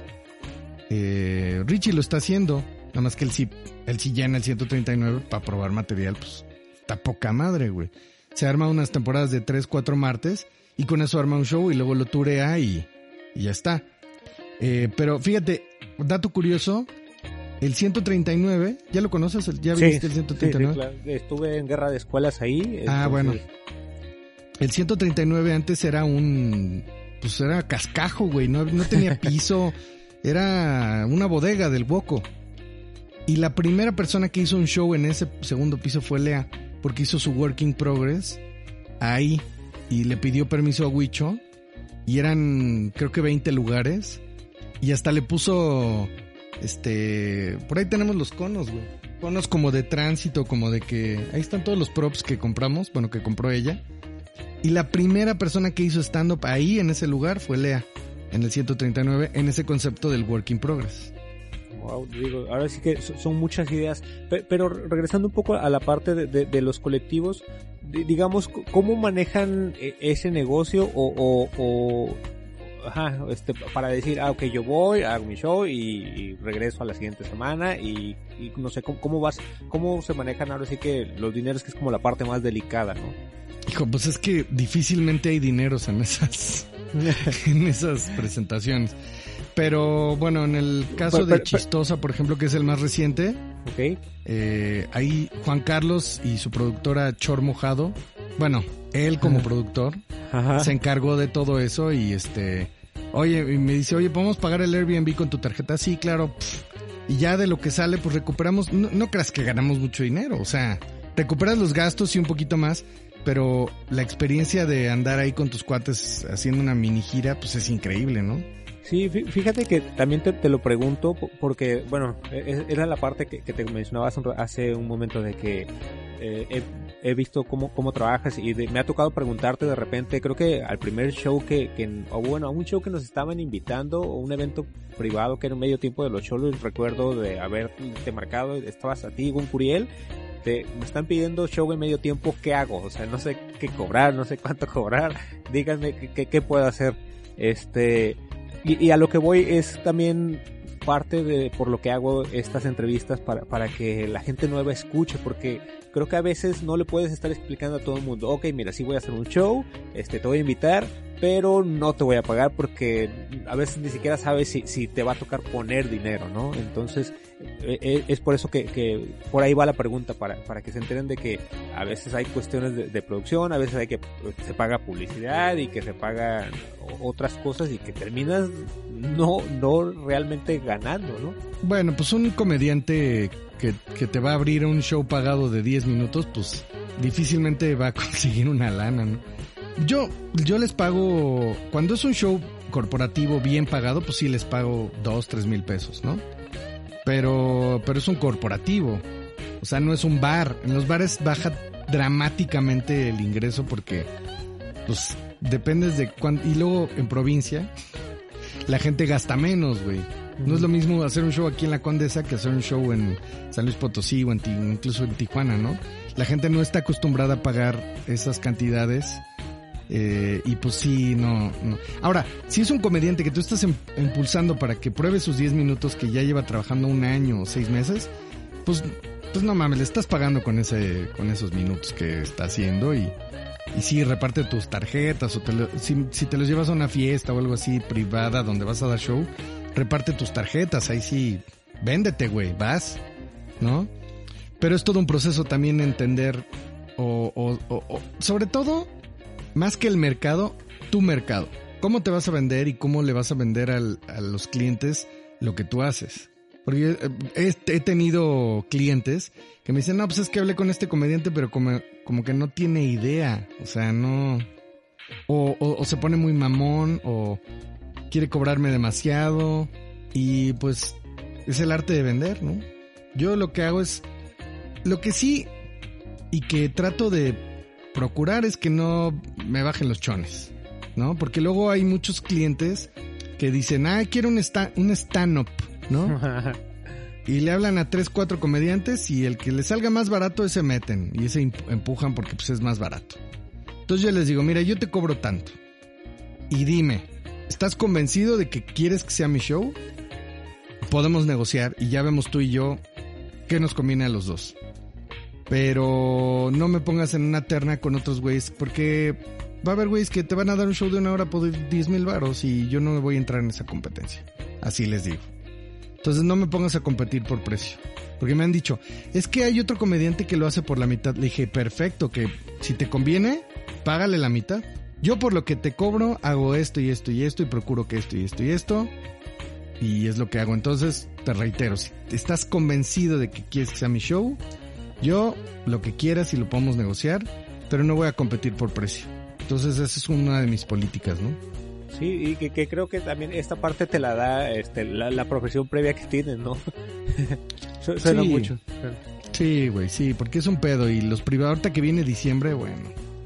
Eh, Richie lo está haciendo. Nada más que él sí, él sí llena el ciento treinta y nueve para probar material, pues está poca madre, güey. Se arma unas temporadas de tres, cuatro martes y con eso arma un show y luego lo turea y, y ya está. Eh, pero fíjate, dato curioso, el ciento treinta y nueve, ¿ya lo conoces? ¿Ya sí, viste el ciento treinta y nueve? Sí, sí, claro. Estuve en guerra de escuelas ahí. Entonces... Ah, bueno. El ciento treinta y nueve antes era un... Pues era cascajo, güey, no, no tenía piso, era una bodega del Woco. Y la primera persona que hizo un show en ese segundo piso fue Lea, porque hizo su work in progress ahí y le pidió permiso a Huicho y eran creo que veinte lugares y hasta le puso este, por ahí tenemos los conos, güey, conos como de tránsito, como de que ahí están todos los props que compramos, bueno, que compró ella. Y la primera persona que hizo stand up ahí en ese lugar fue Lea, en el ciento treinta y nueve, en ese concepto del work in progress. Wow, digo, ahora sí que son muchas ideas, pero regresando un poco a la parte de, de, de los colectivos, digamos, ¿cómo manejan ese negocio o, o, o ajá, este, para decir, ah, ok, yo voy, hago mi show y, y regreso a la siguiente semana y, y no sé, ¿cómo, cómo vas, cómo se manejan ahora sí que los dineros, que es como la parte más delicada, ¿no? Hijo, pues es que difícilmente hay dineros en esas, en esas presentaciones. Pero bueno, en el caso pero, pero, de Chistosa, por ejemplo, que es el más reciente, okay. eh, ahí Juan Carlos y su productora Chor Mojado, bueno, él como Ajá. productor, Ajá. se encargó de todo eso y este, oye, y me dice, oye, ¿podemos pagar el Airbnb con tu tarjeta? Sí, claro. Pff, y ya de lo que sale, pues recuperamos, no, no creas que ganamos mucho dinero, o sea, recuperas los gastos y un poquito más, pero la experiencia de andar ahí con tus cuates haciendo una mini gira, pues es increíble, ¿no? Sí, fíjate que también te, te lo pregunto porque, bueno, era la parte que, que te mencionaba hace un momento de que eh, he, he visto cómo, cómo trabajas y de, me ha tocado preguntarte de repente, creo que al primer show que, que o bueno, a un show que nos estaban invitando o un evento privado que era un medio tiempo de los shows, recuerdo de haberte marcado, estabas a ti, Gon Curiel, este, me están pidiendo show en medio tiempo, ¿qué hago? O sea, no sé qué cobrar, no sé cuánto cobrar, díganme qué, qué, qué puedo hacer. Este, y, y a lo que voy es también parte de por lo que hago estas entrevistas para, para que la gente nueva escuche, porque creo que a veces no le puedes estar explicando a todo el mundo, ok, mira, sí voy a hacer un show, este, te voy a invitar, pero no te voy a pagar porque a veces ni siquiera sabes si, si te va a tocar poner dinero, ¿no? Entonces, eh, es por eso que, que por ahí va la pregunta, para, para que se enteren de que a veces hay cuestiones de, de producción, a veces hay que se paga publicidad y que se pagan otras cosas y que terminas no, no realmente ganando, ¿no? Bueno, pues un comediante que, que te va a abrir un show pagado de diez minutos, pues difícilmente va a conseguir una lana, ¿no? Yo, yo les pago, cuando es un show corporativo bien pagado, pues sí les pago dos, tres mil pesos, ¿no? Pero, pero es un corporativo, o sea, no es un bar. En los bares baja dramáticamente el ingreso porque, pues, dependes de cuánto, y luego en provincia, la gente gasta menos, güey. No es lo mismo hacer un show aquí en La Condesa que hacer un show en San Luis Potosí o en, incluso en Tijuana, ¿no? La gente no está acostumbrada a pagar esas cantidades. Eh, y pues sí, no, no. Ahora, si es un comediante que tú estás em, impulsando para que pruebe sus diez minutos que ya lleva trabajando un año o seis meses, pues, pues no mames, le estás pagando con ese, con esos minutos que está haciendo y, y sí, reparte tus tarjetas o te lo, si, si te los llevas a una fiesta o algo así privada donde vas a dar show, reparte tus tarjetas, ahí sí, véndete, güey, vas, ¿no? Pero es todo un proceso también entender o, o, o, o sobre todo, más que el mercado, tu mercado. ¿Cómo te vas a vender y cómo le vas a vender al, a los clientes lo que tú haces? Porque he, he tenido clientes que me dicen, no, pues es que hablé con este comediante, pero como, como que no tiene idea. O sea, no... O, o, o se pone muy mamón, o quiere cobrarme demasiado. Y pues es el arte de vender, ¿no? Yo lo que hago es... Lo que sí, y que trato de procurar es que no me bajen los chones, ¿no? Porque luego hay muchos clientes que dicen, ah, quiero un, sta- un stand-up, ¿no? Y le hablan a tres, cuatro comediantes y el que le salga más barato, ese meten y ese empujan porque pues es más barato. Entonces yo les digo, mira, yo te cobro tanto. Y dime, ¿estás convencido de que quieres que sea mi show? Podemos negociar y ya vemos tú y yo qué nos conviene a los dos. Pero no me pongas en una terna con otros güeyes, porque va a haber güeyes que te van a dar un show de una hora por diez mil varos y yo no me voy a entrar en esa competencia. Así les digo. Entonces no me pongas a competir por precio. Porque me han dicho, es que hay otro comediante que lo hace por la mitad. Le dije, perfecto, que si te conviene, págale la mitad. Yo por lo que te cobro, hago esto y esto y esto y procuro que esto y esto y esto. Y es lo que hago. Entonces, te reitero, si estás convencido de que quieres que sea mi show, yo, lo que quieras y lo podemos negociar, pero no voy a competir por precio. Entonces esa es una de mis políticas, ¿no? Sí, y que, que creo que también esta parte te la da este, la, la profesión previa que tienes, ¿no? Suena sí. mucho. Sí, güey, sí, porque es un pedo y los privados, ahorita que viene diciembre, bueno,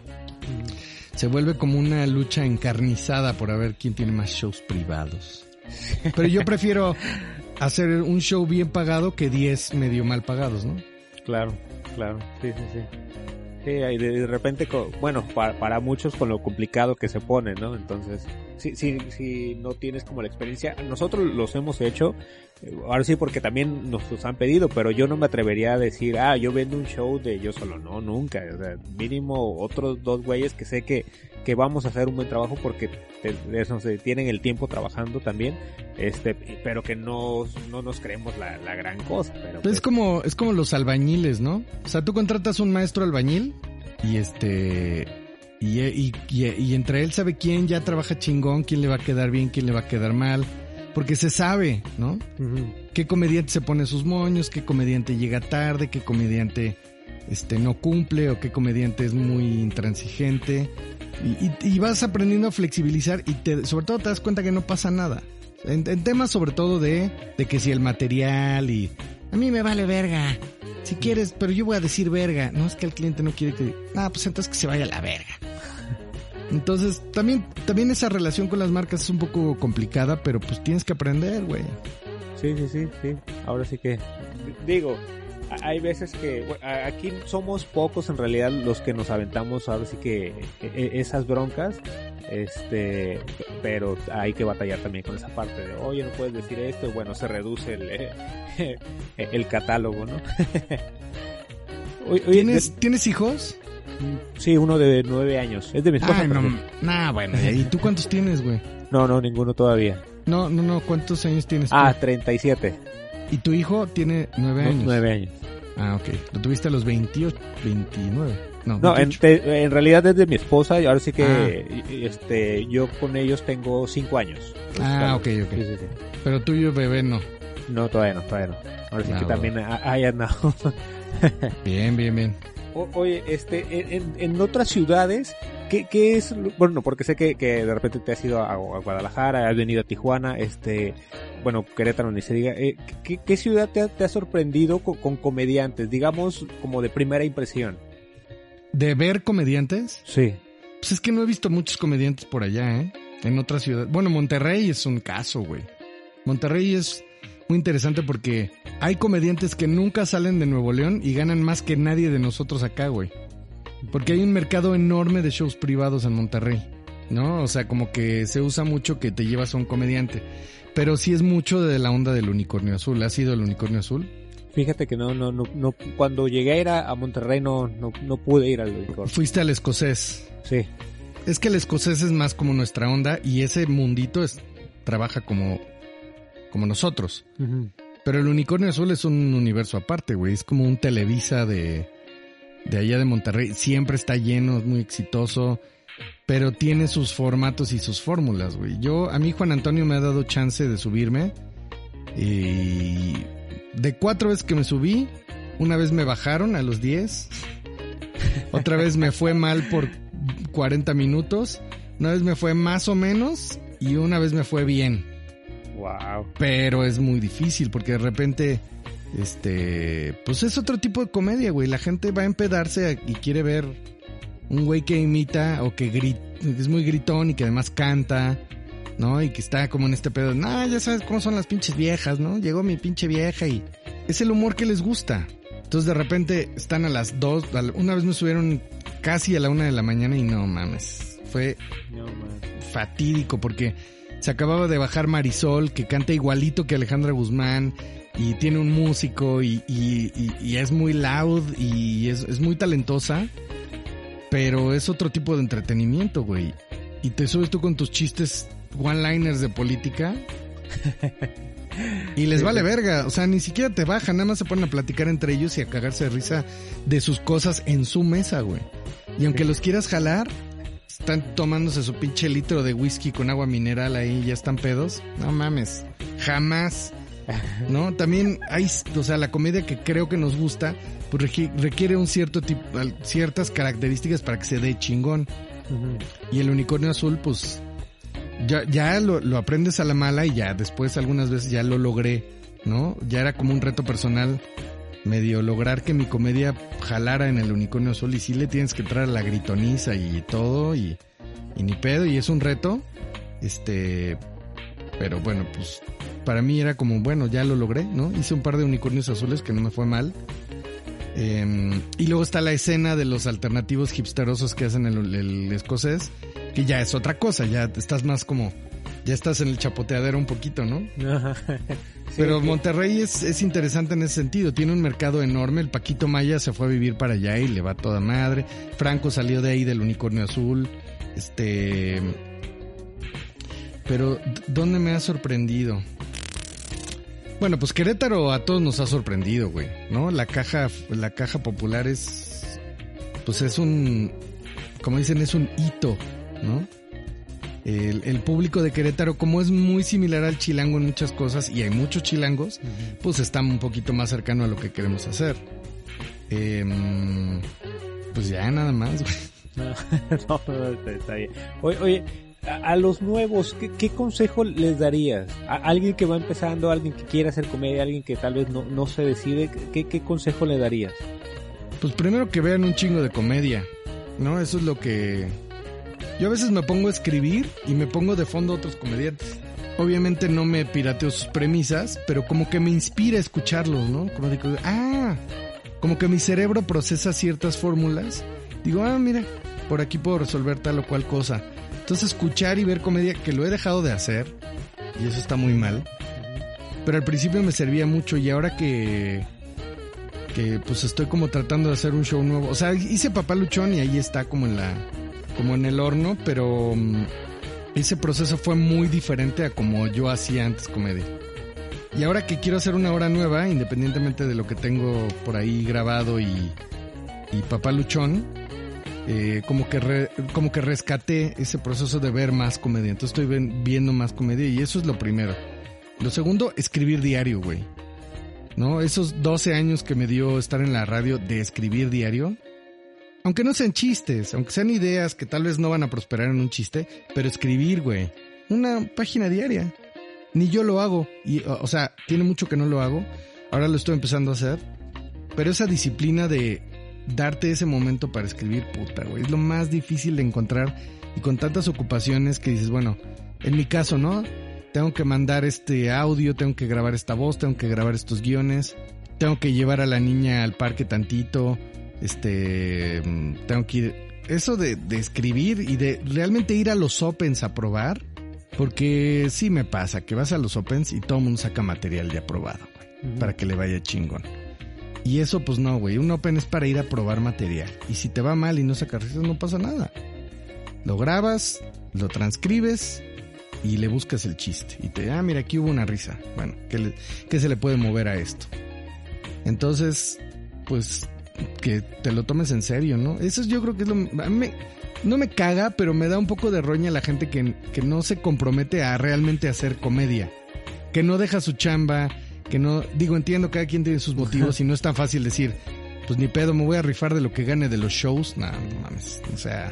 mm. se vuelve como una lucha encarnizada por a ver quién tiene más shows privados. Pero yo prefiero hacer un show bien pagado que diez medio mal pagados, ¿no? Claro, claro, sí, sí, sí. Sí, y de, de repente, bueno, para, para muchos con lo complicado que se pone, ¿no? Entonces, si, si, si no tienes como la experiencia, nosotros los hemos hecho, ahora sí porque también nos los han pedido, pero yo no me atrevería a decir, ah, yo vendo un show de yo solo, no, nunca, o sea, mínimo otros dos güeyes que sé que, que vamos a hacer un buen trabajo porque te, no sé, tienen el tiempo trabajando también, este, pero que no, no nos creemos la, la gran cosa. Pero pues, es como, es como los albañiles, ¿no? O sea, tú contratas un maestro albañil y este, y, y, y, y entre él sabe quién ya trabaja chingón, quién le va a quedar bien, quién le va a quedar mal, porque se sabe, ¿no? Uh-huh. Qué comediante se pone sus moños, qué comediante llega tarde, qué comediante este no cumple o qué comediante es muy intransigente. Y, y, y vas aprendiendo a flexibilizar y te, sobre todo te das cuenta que no pasa nada. En, en temas sobre todo de, de que si el material y... A mí me vale verga. Si quieres, pero yo voy a decir verga. No, es que el cliente no quiere que... Ah, pues entonces que se vaya a la verga. Entonces, también, también esa relación con las marcas es un poco complicada, pero pues tienes que aprender, güey. Sí, sí, sí, sí. Ahora sí que... Digo, hay veces que bueno, aquí somos pocos en realidad los que nos aventamos ahora sí que esas broncas, este, pero hay que batallar también con esa parte de, oye, no puedes decir esto, y bueno, se reduce el, el catálogo, ¿no? Oye, ¿Tienes, de... ¿Tienes hijos? Sí, uno de nueve años. Es de mi esposa. Ay, no, nah, bueno, ¿y tú cuántos tienes, güey? No, no, ninguno todavía. No, no, no, ¿cuántos años tienes tú? Ah, treinta y siete. ¿Y tu hijo tiene nueve años? nueve años. Ah, ok. ¿Lo tuviste a los veintiocho, veintinueve? No, no en, te, en realidad es de mi esposa y ahora sí que ah. este, yo con ellos tengo cinco años. Pues, ah, claro. ok, ok. Sí, sí, sí. Pero tuyo bebé no. No, todavía no, todavía no. Ahora sí no, que no. también hay andado. Bien, bien, bien. O, oye, este, en, en otras ciudades, ¿qué, qué es? Bueno, porque sé que, que de repente te has ido a, a Guadalajara, has venido a Tijuana, este, bueno, Querétaro ni se diga. Eh, ¿qué, ¿Qué ciudad te ha, te ha sorprendido con, con comediantes, digamos, como de primera impresión? ¿De ver comediantes? Sí. Pues es que no he visto muchos comediantes por allá, ¿eh? En otras ciudades. Bueno, Monterrey es un caso, güey. Monterrey es muy interesante porque hay comediantes que nunca salen de Nuevo León y ganan más que nadie de nosotros acá, güey. Porque hay un mercado enorme de shows privados en Monterrey, ¿no? O sea, como que se usa mucho que te llevas a un comediante. Pero sí es mucho de la onda del Unicornio Azul. ¿Has ido al Unicornio Azul? Fíjate que no, no, no, no, cuando llegué a ir a, a Monterrey no, no, no pude ir al Unicornio. Fuiste al Escocés. Sí. Es que el Escocés es más como nuestra onda y ese mundito es, trabaja como, como nosotros. Uh-huh. Pero el Unicornio Azul es un universo aparte, güey. Es como un Televisa de, de allá de Monterrey. Siempre está lleno, es muy exitoso. Pero tiene sus formatos y sus fórmulas, güey. Yo, a mí Juan Antonio me ha dado chance de subirme. Y de cuatro veces que me subí, una vez me bajaron a los diez. Otra vez me fue mal por cuarenta minutos. Una vez me fue más o menos. Y una vez me fue bien. Wow. Pero es muy difícil porque de repente, este, pues es otro tipo de comedia, güey. La gente va a empedarse y quiere ver un güey que imita o que grita, es muy gritón y que además canta, ¿no? Y que está como en este pedo, no, ya sabes cómo son las pinches viejas, ¿no? Llegó mi pinche vieja y es el humor que les gusta. Entonces de repente están a las dos, una vez me subieron casi a la una de la mañana y no mames, fue no, man. fatídico porque se acababa de bajar Marisol, que canta igualito que Alejandra Guzmán y tiene un músico y, y, y, y es muy loud y es, es muy talentosa. Pero es otro tipo de entretenimiento, güey. Y te subes tú con tus chistes one-liners de política y les vale verga. O sea, ni siquiera te bajan, nada más se ponen a platicar entre ellos y a cagarse de risa de sus cosas en su mesa, güey. Y aunque los quieras jalar, están tomándose su pinche litro de whisky con agua mineral ahí, ya están pedos. No mames, jamás. ¿No? También hay, o sea, la comedia que creo que nos gusta, pues requiere un cierto tipo, ciertas características para que se dé chingón. Uh-huh. Y el Unicornio Azul, pues, ya, ya lo, lo aprendes a la mala y ya después algunas veces ya lo logré, ¿no? Ya era como un reto personal medio lograr que mi comedia jalara en el Unicornio Azul y sí le tienes que entrar a la gritoniza y todo y, y ni pedo y es un reto, este, pero bueno, pues para mí era como, bueno, ya lo logré, ¿no? Hice un par de unicornios azules que no me fue mal. Eh, y luego está la escena de los alternativos hipsterosos que hacen el, el escocés, que ya es otra cosa, ya estás más como, ya estás en el chapoteadero un poquito, ¿no? Sí, pero Monterrey es, es interesante en ese sentido, tiene un mercado enorme, el Paquito Maya se fue a vivir para allá y le va toda madre, Franco salió de ahí del Unicornio Azul, este... Pero, ¿dónde me ha sorprendido? Bueno, pues Querétaro a todos nos ha sorprendido, güey, ¿no? La caja, la caja popular es, pues es un, como dicen, es un hito, ¿no? El, el público de Querétaro, como es muy similar al chilango en muchas cosas, y hay muchos chilangos, uh-huh. pues está un poquito más cercano a lo que queremos hacer. Eh, pues ya, nada más, güey. No, no, no, está bien. Oye, oye. A, a los nuevos, ¿qué, ¿qué consejo les darías? A alguien que va empezando, a alguien que quiere hacer comedia, a alguien que tal vez no, no se decide, ¿qué, ¿qué consejo le darías? Pues primero que vean un chingo de comedia, ¿no? Eso es lo que... Yo a veces me pongo a escribir y me pongo de fondo a otros comediantes. Obviamente no me pirateo sus premisas, pero como que me inspira a escucharlos, ¿no? Como digo, ah, pasa. Como que mi cerebro procesa ciertas fórmulas. Digo, ah, mira, por aquí puedo resolver tal o cual cosa. Entonces escuchar y ver comedia, que lo he dejado de hacer, y eso está muy mal. Pero al principio me servía mucho, y ahora que... que pues estoy como tratando de hacer un show nuevo. O sea, hice Papá Luchón y ahí está como en la... como en el horno, pero... Um, ese proceso fue muy diferente a como yo hacía antes comedia. Y ahora que quiero hacer una obra nueva, independientemente de lo que tengo por ahí grabado y, y Papá Luchón, eh, como que re, como que rescaté ese proceso de ver más comedia. Entonces estoy ven, viendo más comedia y eso es lo primero. Lo segundo, escribir diario, güey. ¿No? Esos doce años que me dio estar en la radio de escribir diario, aunque no sean chistes, aunque sean ideas que tal vez no van a prosperar en un chiste, pero escribir, güey, una página diaria. Ni yo lo hago, y, o sea, tiene mucho que no lo hago, ahora lo estoy empezando a hacer, pero esa disciplina de darte ese momento para escribir, puta, güey, es lo más difícil de encontrar, y con tantas ocupaciones que dices, bueno, en mi caso, ¿no? Tengo que mandar este audio, tengo que grabar esta voz, tengo que grabar estos guiones, tengo que llevar a la niña al parque tantito, este, tengo que ir, eso de, de escribir y de realmente ir a los opens a probar. Porque sí me pasa que vas a los opens y todo el mundo saca material ya aprobado, güey, uh-huh. para que le vaya chingón. Y eso pues no, güey, un open es para ir a probar material. Y si te va mal y no sacas risas, no pasa nada. Lo grabas, lo transcribes y le buscas el chiste. Y te, ah, mira, aquí hubo una risa. Bueno, ¿qué, le, qué se le puede mover a esto? Entonces, pues, que te lo tomes en serio, ¿no? Eso yo creo que es lo... A mí me, no me caga, pero me da un poco de roña la gente que, que no se compromete a realmente hacer comedia. Que no deja su chamba, que no... Digo, entiendo, cada quien tiene sus motivos y no es tan fácil decir, pues ni pedo, me voy a rifar de lo que gane de los shows. No, no mames, o sea...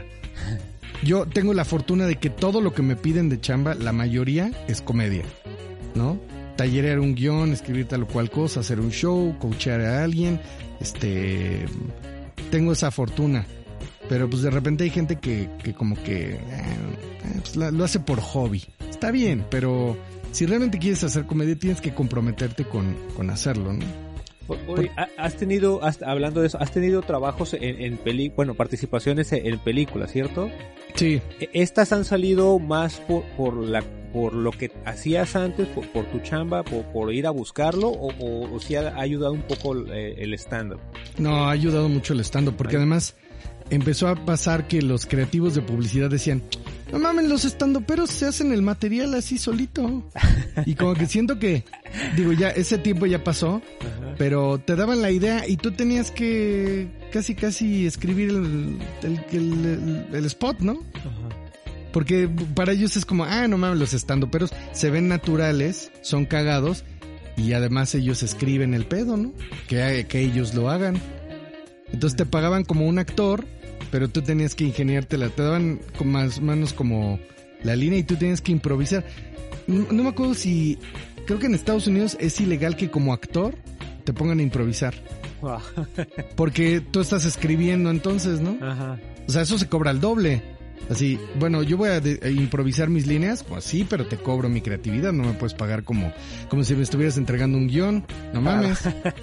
Yo tengo la fortuna de que todo lo que me piden de chamba, la mayoría es comedia, ¿no? Tallerear un guión, escribir tal o cual cosa, hacer un show, coachear a alguien, este... Tengo esa fortuna. Pero pues de repente hay gente que, que como que eh, pues la, lo hace por hobby. Está bien, pero si realmente quieres hacer comedia tienes que comprometerte con, con hacerlo, ¿no? Oye, has tenido, has, hablando de eso, has tenido trabajos en, en peli, bueno, participaciones en, en películas, ¿cierto? Sí. ¿Estas han salido más por, por la, por lo que hacías antes, por, por tu chamba, por, por ir a buscarlo, o, o, o si ha ayudado un poco el, el stand-up? No, ha ayudado mucho el stand-up, porque Ay. además empezó a pasar que los creativos de publicidad decían, no mames, los estandoperos se hacen el material así solito. Y como que siento que, digo, ya ese tiempo ya pasó, Ajá. pero te daban la idea y tú tenías que casi casi escribir el, el, el, el, el spot, ¿no? Ajá. Porque para ellos es como, ah, no mames, los estandoperos se ven naturales, son cagados y además ellos escriben el pedo, ¿no? Que, que ellos lo hagan. Entonces te pagaban como un actor, pero tú tenías que ingeniártela, te daban con más manos como la línea y tú tenías que improvisar. No, no me acuerdo si, creo que en Estados Unidos es ilegal que como actor te pongan a improvisar. Wow. Porque tú estás escribiendo entonces, ¿no? Ajá. O sea, eso se cobra al doble. Así, bueno, yo voy a, de, a improvisar mis líneas, pues sí, pero te cobro mi creatividad, no me puedes pagar como, como si me estuvieras entregando un guión, no mames.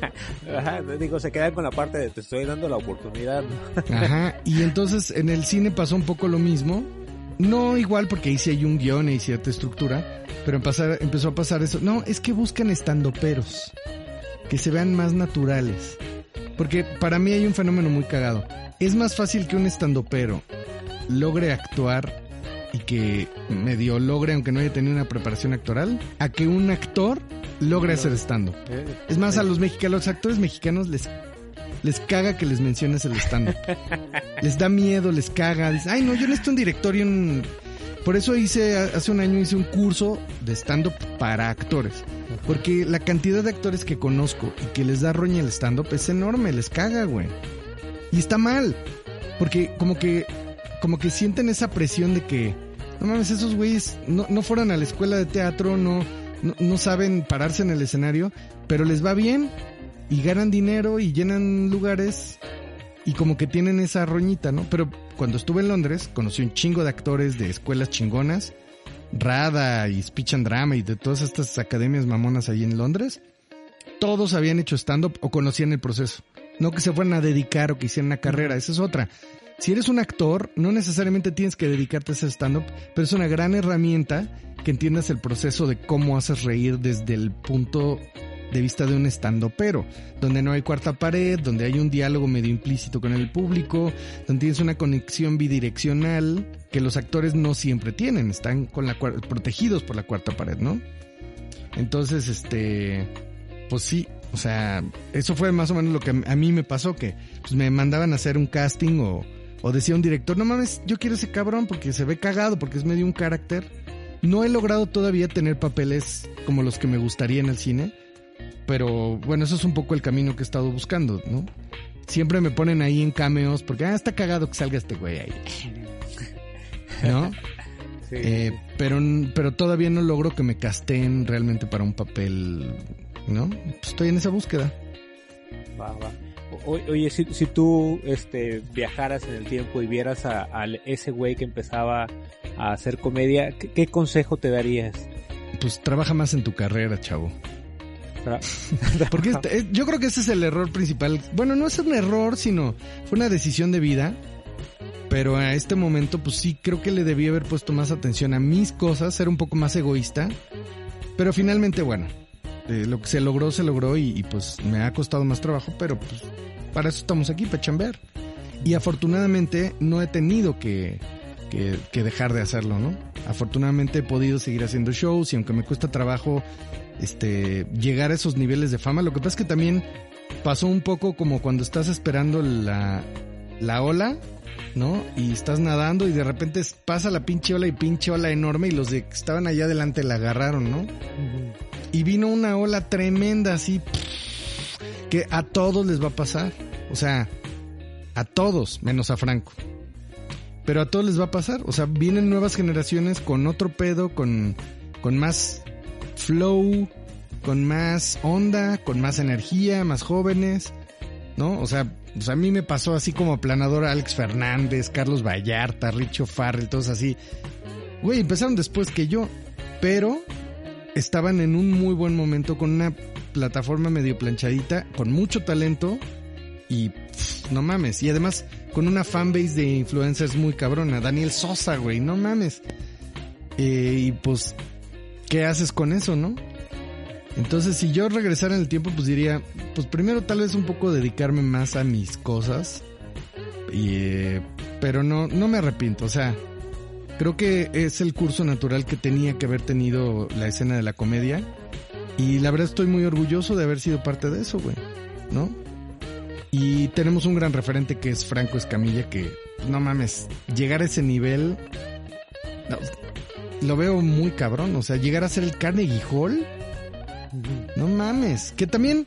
Ajá, digo, se quedan con la parte de te estoy dando la oportunidad, ¿no? Ajá, y entonces en el cine pasó un poco lo mismo, no igual porque ahí sí hay un guión y hay cierta estructura, pero empezar, empezó a pasar eso, no, es que buscan estandoperos, que se vean más naturales, porque para mí hay un fenómeno muy cagado, es más fácil que un estandopero logre actuar y que medio logre, aunque no haya tenido una preparación actoral, a que un actor logre hacer stand-up. Es más, a los mexicanos, los actores mexicanos les les caga que les menciones el stand-up. Les da miedo, les caga. Dicen, ay, no, yo necesito un director y un... Por eso hice, hace un año hice un curso de stand-up para actores. Porque la cantidad de actores que conozco y que les da roña el stand-up es enorme, les caga, güey. Y está mal. Porque como que como que sienten esa presión de que, no mames, esos güeyes no, no fueron a la escuela de teatro, no, no, no saben pararse en el escenario, pero les va bien y ganan dinero y llenan lugares y como que tienen esa roñita, ¿no? Pero cuando estuve en Londres, conocí un chingo de actores de escuelas chingonas, RADA y Speech and Drama y de todas estas academias mamonas ahí en Londres, todos habían hecho stand-up o conocían el proceso. No que se fueran a dedicar o que hicieran una carrera, esa es otra. Si eres un actor, no necesariamente tienes que dedicarte a ese stand-up, pero es una gran herramienta que entiendas el proceso de cómo haces reír desde el punto de vista de un stand-upero, donde no hay cuarta pared, donde hay un diálogo medio implícito con el público, donde tienes una conexión bidireccional que los actores no siempre tienen, están con la protegidos por la cuarta pared, ¿no? Entonces, este, pues sí, o sea, eso fue más o menos lo que a mí me pasó, que pues me mandaban a hacer un casting o, o decía un director, no mames, yo quiero ese cabrón porque se ve cagado, porque es medio un carácter. No he logrado todavía tener papeles como los que me gustaría en el cine, pero bueno, eso es un poco el camino que he estado buscando, ¿no? Siempre me ponen ahí en cameos porque, ah, está cagado que salga este güey ahí, ¿no? Sí, eh, sí. Pero, pero todavía no logro que me casteen realmente para un papel, ¿no? Pues estoy en esa búsqueda. Va, va. O, oye, si, si tú este, viajaras en el tiempo y vieras a, a ese güey que empezaba a hacer comedia, ¿qué, qué consejo te darías? Pues trabaja más en tu carrera, chavo. Porque este, yo creo que ese es el error principal. Bueno, no es un error, sino fue una decisión de vida. Pero a este momento, pues sí, creo que le debí haber puesto más atención a mis cosas, ser un poco más egoísta. Pero finalmente, bueno, eh, lo que se logró, se logró y, y pues me ha costado más trabajo, pero pues para eso estamos aquí, para chambear. Y afortunadamente no he tenido que, que, que dejar de hacerlo, ¿no? Afortunadamente he podido seguir haciendo shows y aunque me cuesta trabajo este llegar a esos niveles de fama, lo que pasa es que también pasó un poco como cuando estás esperando la, la ola, ¿no? Y estás nadando y de repente pasa la pinche ola y pinche ola enorme y los de que estaban allá adelante la agarraron, ¿no? Uh-huh. Y vino una ola tremenda así que a todos les va a pasar, o sea, a todos, menos a Franco. Pero a todos les va a pasar, o sea, vienen nuevas generaciones con otro pedo, con, con más flow, con más onda, con más energía, más jóvenes, ¿no? O sea, pues a mí me pasó así como aplanador Alex Fernández, Carlos Vallarta, Richo Farrell, todos así. Güey, empezaron después que yo, pero estaban en un muy buen momento con una plataforma medio planchadita, con mucho talento y pff, no mames. Y además con una fanbase de influencers muy cabrona. Daniel Sosa, güey, no mames. Eh, y pues, ¿qué haces con eso, no? Entonces, si yo regresara en el tiempo, pues diría, pues primero tal vez un poco dedicarme más a mis cosas. Y, eh, pero no, no me arrepiento, o sea, creo que es el curso natural que tenía que haber tenido la escena de la comedia. Y la verdad estoy muy orgulloso de haber sido parte de eso, güey, ¿no? Y tenemos un gran referente que es Franco Escamilla, que, no mames, llegar a ese nivel, no, lo veo muy cabrón, o sea, llegar a ser el Carnegie Hall, no mames, que también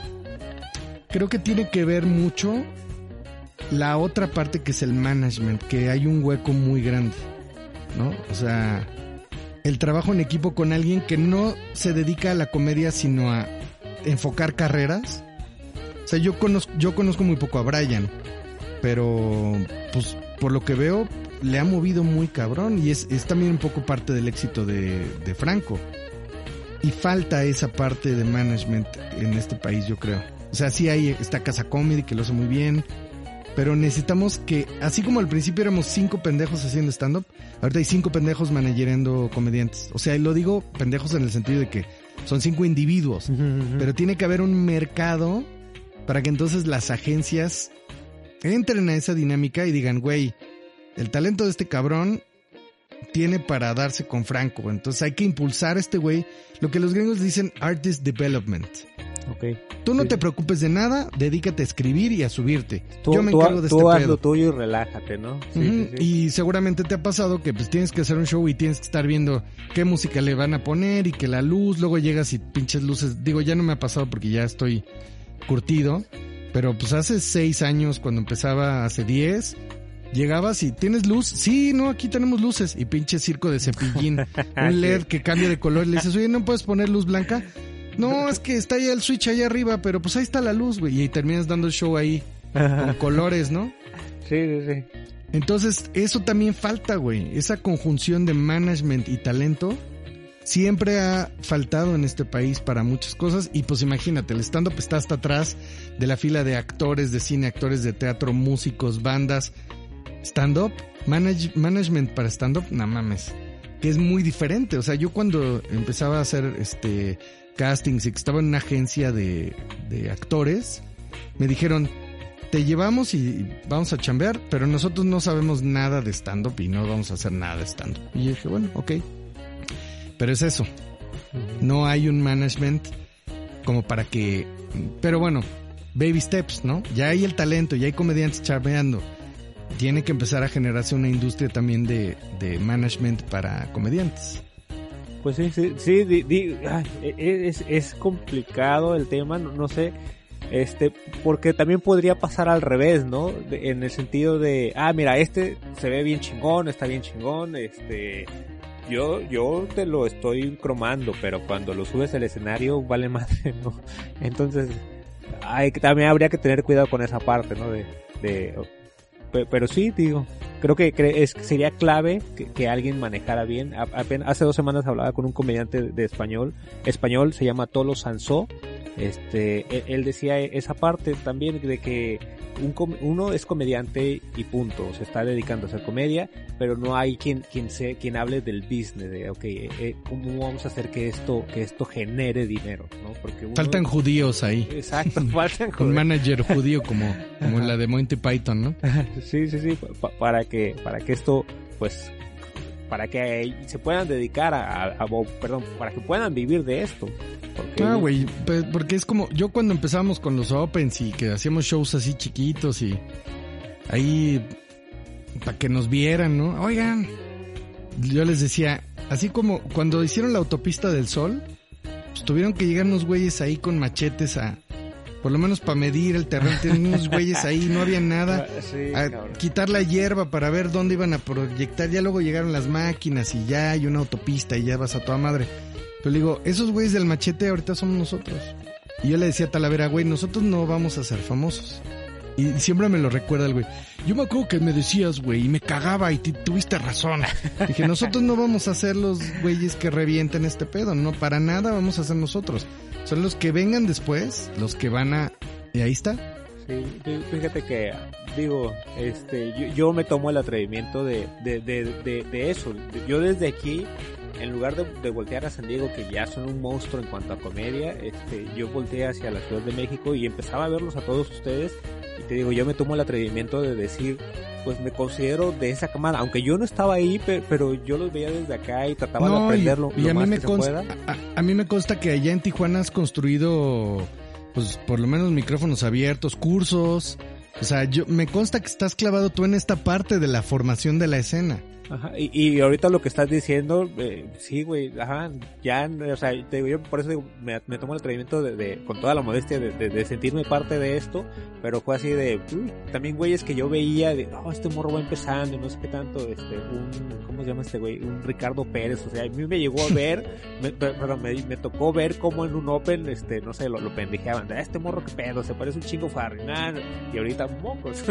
creo que tiene que ver mucho la otra parte que es el management, que hay un hueco muy grande, ¿no? O sea, el trabajo en equipo con alguien que no se dedica a la comedia sino a enfocar carreras. O sea, yo conozco, yo conozco muy poco a Brian, pero pues por lo que veo le ha movido muy cabrón y es, es también un poco parte del éxito de, de Franco. Y falta esa parte de management en este país, yo creo. O sea, sí hay esta Casa Comedy que lo hace muy bien, pero necesitamos que, así como al principio éramos cinco pendejos haciendo stand-up, ahorita hay cinco pendejos managerando comediantes. O sea, y lo digo pendejos en el sentido de que son cinco individuos, uh-huh, uh-huh. Pero tiene que haber un mercado para que entonces las agencias entren a esa dinámica y digan, güey, el talento de este cabrón tiene para darse con Franco, entonces hay que impulsar a este güey, lo que los gringos dicen artist development. Okay. Tú no sí. te preocupes de nada, dedícate a escribir y a subirte. Tú, Yo me tú, encargo de tú este haz pedo. lo tuyo y relájate, ¿no? Sí, uh-huh. sí, sí. Y seguramente te ha pasado que pues tienes que hacer un show y tienes que estar viendo qué música le van a poner y que la luz, luego llegas y pinches luces. Digo, ya no me ha pasado porque ya estoy curtido, pero pues hace seis años cuando empezaba, hace diez, llegabas y ¿tienes luz? Sí, no, aquí tenemos luces. Y pinche circo de Cepillín, un L E D que cambia de color. Le dices, oye, ¿no puedes poner luz blanca? No, es que está ahí el switch allá arriba, pero pues ahí está la luz, güey. Y terminas dando el show ahí con colores, ¿no? Sí, sí, sí. Entonces, eso también falta, güey. Esa conjunción de management y talento siempre ha faltado en este país para muchas cosas y pues imagínate, el stand-up está hasta atrás de la fila de actores de cine, actores de teatro, músicos, bandas. Stand-up, manage, management para stand-up, no mames, que es muy diferente. O sea, yo cuando empezaba a hacer este castings y que estaba en una agencia de, de actores, me dijeron, te llevamos y vamos a chambear, pero nosotros no sabemos nada de stand-up y no vamos a hacer nada de stand-up. Y yo dije, bueno, ok. Pero es eso. No hay un management como para que... Pero bueno, baby steps, ¿no? Ya hay el talento, ya hay comediantes chambeando. Tiene que empezar a generarse una industria también de, de management para comediantes. Pues sí, sí, sí, di, di, ay, es, es complicado el tema, no, no sé, este, porque también podría pasar al revés, ¿no? De, en el sentido de, ah, mira, este se ve bien chingón, está bien chingón, este, yo, yo te lo estoy cromando, pero cuando lo subes al escenario vale madre, ¿no? Entonces, hay, también habría que tener cuidado con esa parte, ¿no? De, de, pero sí, digo, creo que es, sería clave que, que alguien manejara bien. Apenas, hace dos semanas hablaba con un comediante de español, español, se llama Tolo Sansó. Este, él, él decía esa parte también de que un, uno es comediante y punto, se está dedicando a hacer comedia, pero no hay quien, quien se, quien hable del business, de okay, eh, cómo vamos a hacer que esto, que esto genere dinero, ¿no? Porque uno, faltan judíos ahí. Exacto, faltan judíos. Un manager judío como, como la de Monty Python, ¿no? Sí, sí, sí, pa, para que, para que esto, pues, para que se puedan dedicar a, a, a perdón, para que puedan vivir de esto. Porque... Ah, güey, pues porque es como, yo cuando empezamos con los opens y que hacíamos shows así chiquitos y ahí para que nos vieran, ¿no? Oigan, yo les decía, así como cuando hicieron la autopista del Sol, pues tuvieron que llegar unos güeyes ahí con machetes a, por lo menos para medir el terreno, tenían unos güeyes ahí, no había nada, sí, a cabrón. Quitar la hierba para ver dónde iban a proyectar, ya luego llegaron las máquinas y ya hay una autopista y ya vas a toda madre. Pero le digo, esos güeyes del machete ahorita somos nosotros. Y yo le decía a Talavera, güey, nosotros no vamos a ser famosos. Y siempre me lo recuerda el güey. Yo me acuerdo que me decías, güey, y me cagaba y t- tuviste razón. Dije, nosotros no vamos a ser los güeyes que revienten este pedo, no, para nada vamos a ser nosotros. Son los que vengan después, los que van a... Y ahí está. Sí, fíjate que, digo, este, yo, yo me tomo el atrevimiento de, de, de, de, de eso. Yo desde aquí, en lugar de, de voltear a San Diego, que ya son un monstruo en cuanto a comedia, este, yo volteé hacia la Ciudad de México y empezaba a verlos a todos ustedes. Y te digo, yo me tomo el atrevimiento de decir, pues me considero de esa camada, aunque yo no estaba ahí, pe- pero yo los veía desde acá y trataba no, de aprenderlo y, y lo a más mí me que consta, se pueda. A, a mí me consta que allá en Tijuana has construido, pues por lo menos micrófonos abiertos, cursos. O sea, yo me consta que estás clavado tú en esta parte de la formación de la escena. Ajá, y, y ahorita lo que estás diciendo, eh, sí, güey, ajá, ya, o sea, te digo, yo por eso digo, me, me tomo el atrevimiento de, de, con toda la modestia, de, de, de sentirme parte de esto, pero fue así de, uy, también güeyes que yo veía de, oh, este morro va empezando, no sé qué tanto, este, un, ¿cómo se llama este güey? Un Ricardo Pérez, o sea, a mí me llegó a ver, me, pero me, me tocó ver cómo en un open, este, no sé, lo, lo pendejeaban, de, este morro qué pedo, se parece un chingo Farrinán, y ahorita mocos,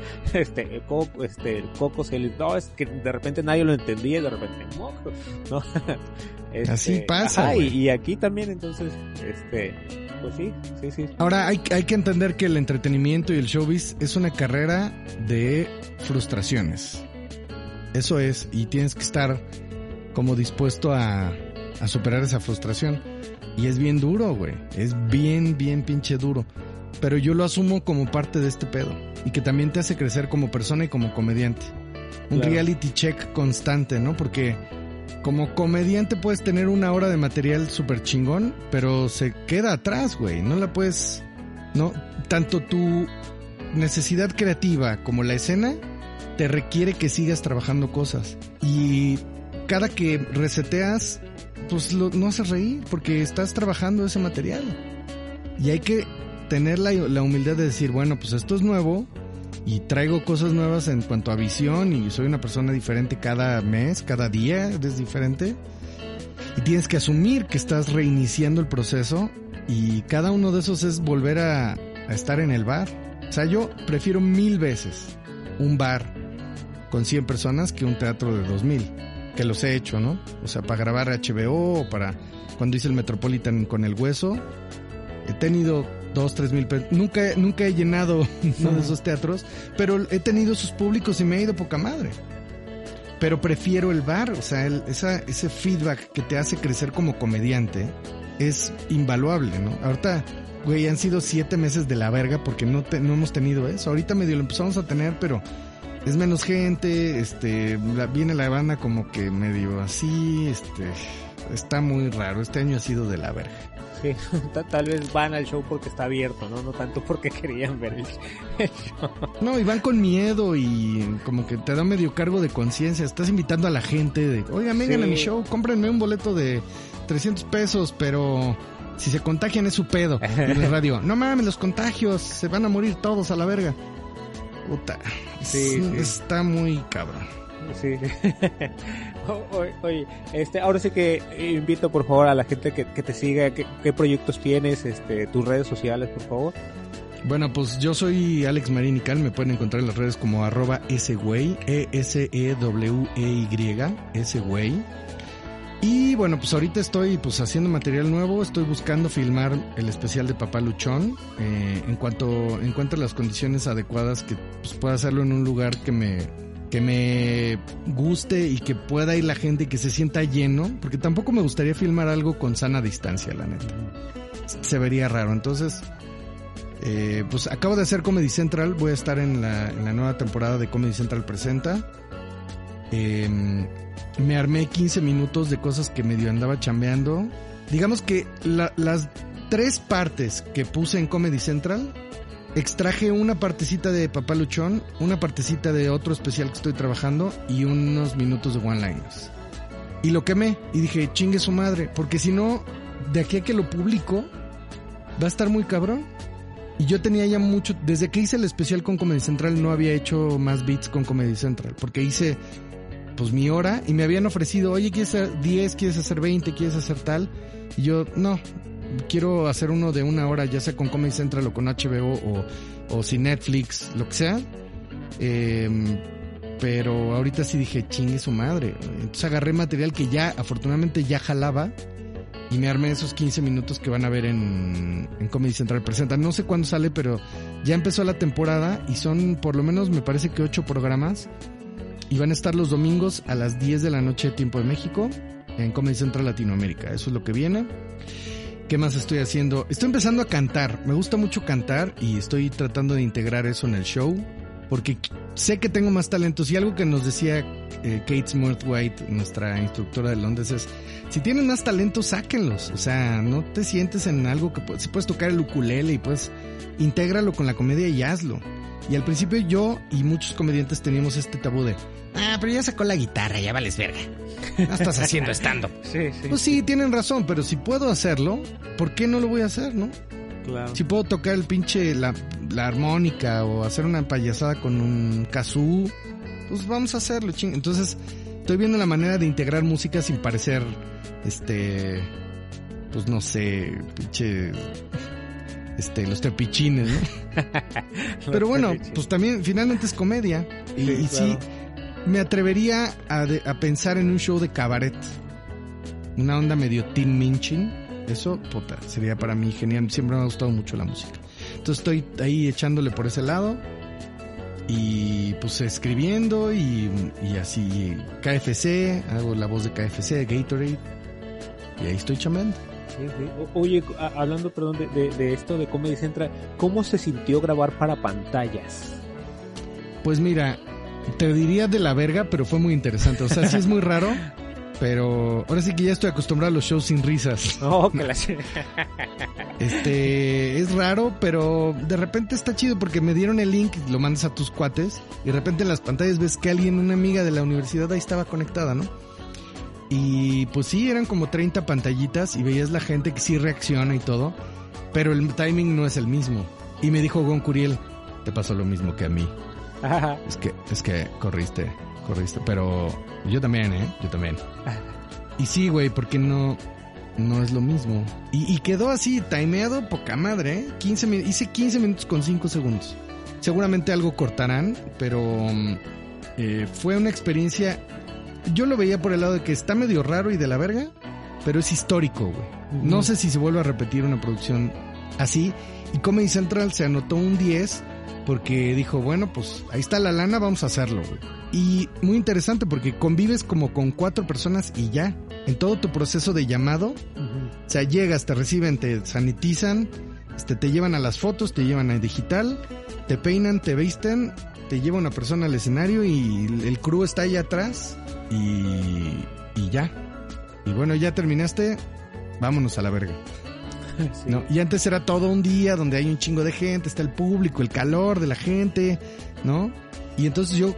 este, Coco, este, Coco se le, no, es que de repente nadie lo entendía y de repente moco, ¿no? Este, así pasa, ajá, y, y aquí también, entonces, este, pues sí, sí, sí. Ahora hay, hay que entender que el entretenimiento y el showbiz es una carrera de frustraciones. Eso es, y tienes que estar como dispuesto a, a superar esa frustración. Y es bien duro, güey, es bien, bien pinche duro. Pero yo lo asumo como parte de este pedo y que también te hace crecer como persona y como comediante. Un claro. Reality check constante, ¿no? Porque como comediante puedes tener una hora de material súper chingón, pero se queda atrás, güey. No la puedes... no, tanto tu necesidad creativa como la escena te requiere que sigas trabajando cosas. Y cada que reseteas, pues lo, no haces reír porque estás trabajando ese material. Y hay que tener la, la humildad de decir, bueno, pues esto es nuevo... y traigo cosas nuevas en cuanto a visión y soy una persona diferente cada mes, cada día es diferente y tienes que asumir que estás reiniciando el proceso y cada uno de esos es volver a, a estar en el bar. O sea, yo prefiero mil veces un bar con cien personas que un teatro de dos mil, que los he hecho, ¿no? O sea, para grabar H B O o para cuando hice el Metropolitan con El Hueso. He tenido dos, tres mil pesos. Nunca, nunca he llenado uno de esos teatros, pero he tenido sus públicos y me ha ido poca madre. Pero prefiero el bar, o sea, el, esa, ese feedback que te hace crecer como comediante es invaluable, ¿no? Ahorita, güey, han sido siete meses de la verga porque no, te, no hemos tenido eso. Ahorita medio lo empezamos a tener, pero es menos gente, este, la, viene la banda como que medio así, este, está muy raro. Este año ha sido de la verga. Sí, tal vez van al show porque está abierto, ¿no? No tanto porque querían ver el, el show. No, y van con miedo y como que te da medio cargo de conciencia. Estás invitando a la gente de, oigan, vengan sí. a mi show, cómprenme un boleto de trescientos pesos, pero si se contagian es su pedo. Y en el radio, no mames, los contagios, se van a morir todos a la verga. Puta, sí, es, sí. está muy cabrón. Sí. Oye, oye, este, ahora sí que invito por favor a la gente que, que te siga, qué, qué proyectos tienes, este, tus redes sociales, por favor. Bueno, pues yo soy Alex Marín y Cal, me pueden encontrar en las redes como arroba esegüey, E S E W E Y, esegüey. Y bueno, pues ahorita estoy pues haciendo material nuevo, estoy buscando filmar el especial de Papá Luchón, eh, en cuanto encuentre las condiciones adecuadas que pues, pueda hacerlo en un lugar que me... que me guste y que pueda ir la gente y que se sienta lleno, porque tampoco me gustaría filmar algo con sana distancia, la neta. Se vería raro. Entonces, eh, pues acabo de hacer Comedy Central, voy a estar en la, en la nueva temporada de Comedy Central Presenta. Eh, me armé quince minutos de cosas que medio andaba chambeando. Digamos que la, las tres partes que puse en Comedy Central, extraje una partecita de Papá Luchón, una partecita de otro especial que estoy trabajando y unos minutos de one-liners. Y lo quemé y dije, chingue su madre, porque si no, de aquí a que lo publico, va a estar muy cabrón. Y yo tenía ya mucho, desde que hice el especial con Comedy Central no había hecho más beats con Comedy Central, porque hice pues mi hora y me habían ofrecido, oye, ¿quieres hacer diez? ¿Quieres hacer veinte? ¿Quieres hacer tal? Y yo, no, quiero hacer uno de una hora, ya sea con Comedy Central o con H B O o, o si Netflix, lo que sea. Eh, pero ahorita sí dije, chingue su madre. Entonces agarré material que ya, afortunadamente ya jalaba y me armé esos quince minutos que van a ver en, en Comedy Central Presenta. No sé cuándo sale, pero ya empezó la temporada y son por lo menos me parece que ocho programas y van a estar los domingos a las diez de la noche tiempo de México en Comedy Central Latinoamérica. Eso es lo que viene. ¿Qué más estoy haciendo? Estoy empezando a cantar. Me gusta mucho cantar y estoy tratando de integrar eso en el show porque sé que tengo más talentos. Y algo que nos decía eh, Kate Smurthwaite, nuestra instructora de Londres, es si tienen más talentos, sáquenlos. O sea, no te sientes en algo que puedes, si puedes tocar el ukulele y pues intégralo con la comedia y hazlo. Y al principio yo y muchos comediantes teníamos este tabú de ah, pero ya sacó la guitarra, ya vales verga. No estás haciendo stand-up. Sí, sí. Pues sí, tienen razón, pero si puedo hacerlo, ¿por qué no lo voy a hacer, no? Claro. Si puedo tocar el pinche, la, la armónica o hacer una payasada con un kazoo, pues vamos a hacerlo, ching. Entonces, estoy viendo la manera de integrar música sin parecer, este, pues no sé, pinche, este, los tepichines, ¿no? Pero bueno, pues también, finalmente es comedia. Y sí, y claro. sí me atrevería a, de, a pensar en un show de cabaret. Una onda medio Teen Minchin. Eso, puta, sería para mí genial. Siempre me ha gustado mucho la música. Entonces estoy ahí echándole por ese lado. Y pues escribiendo y, y así K F C. Hago la voz de K F C, de Gatorade. Y ahí estoy chambeando. Sí, sí. Oye, hablando, perdón, de, de, de esto de Comedy Central, ¿cómo se sintió grabar para pantallas? Pues mira, te diría de la verga, pero fue muy interesante. O sea, sí es muy raro, pero ahora sí que ya estoy acostumbrado a los shows sin risas. Oh, que la... Este, es raro, pero de repente está chido porque me dieron el link, lo mandas a tus cuates y de repente en las pantallas ves que alguien, una amiga de la universidad ahí estaba conectada, ¿no? Y pues sí, eran como treinta pantallitas y veías la gente que sí reacciona y todo, pero el timing no es el mismo. Y me dijo Gon Curiel, te pasó lo mismo que a mí. Ajá. Es que, es que corriste, corriste, pero yo también, ¿eh? Yo también. Ajá. Y sí, güey, porque no, no es lo mismo. Y, y quedó así, timeado, poca madre, ¿eh? quince, hice quince minutos con cinco segundos. Seguramente algo cortarán, pero eh, fue una experiencia yo lo veía por el lado de que está medio raro y de la verga, pero es histórico, güey. Uh-huh. No sé si se vuelve a repetir una producción así. Y Comedy Central se anotó un diez porque dijo, bueno, pues ahí está la lana, vamos a hacerlo, güey. Y muy interesante porque convives como con cuatro personas y ya. En todo tu proceso de llamado, uh-huh. O sea, llegas, te reciben, te sanitizan, este, te llevan a las fotos, te llevan a digital, te peinan, te visten, te lleva una persona al escenario y el crew está ahí atrás y, y ya. Y bueno, ya terminaste, vámonos a la verga. Sí. ¿No? Y antes era todo un día donde hay un chingo de gente, está el público, el calor de la gente, ¿no? Y entonces yo,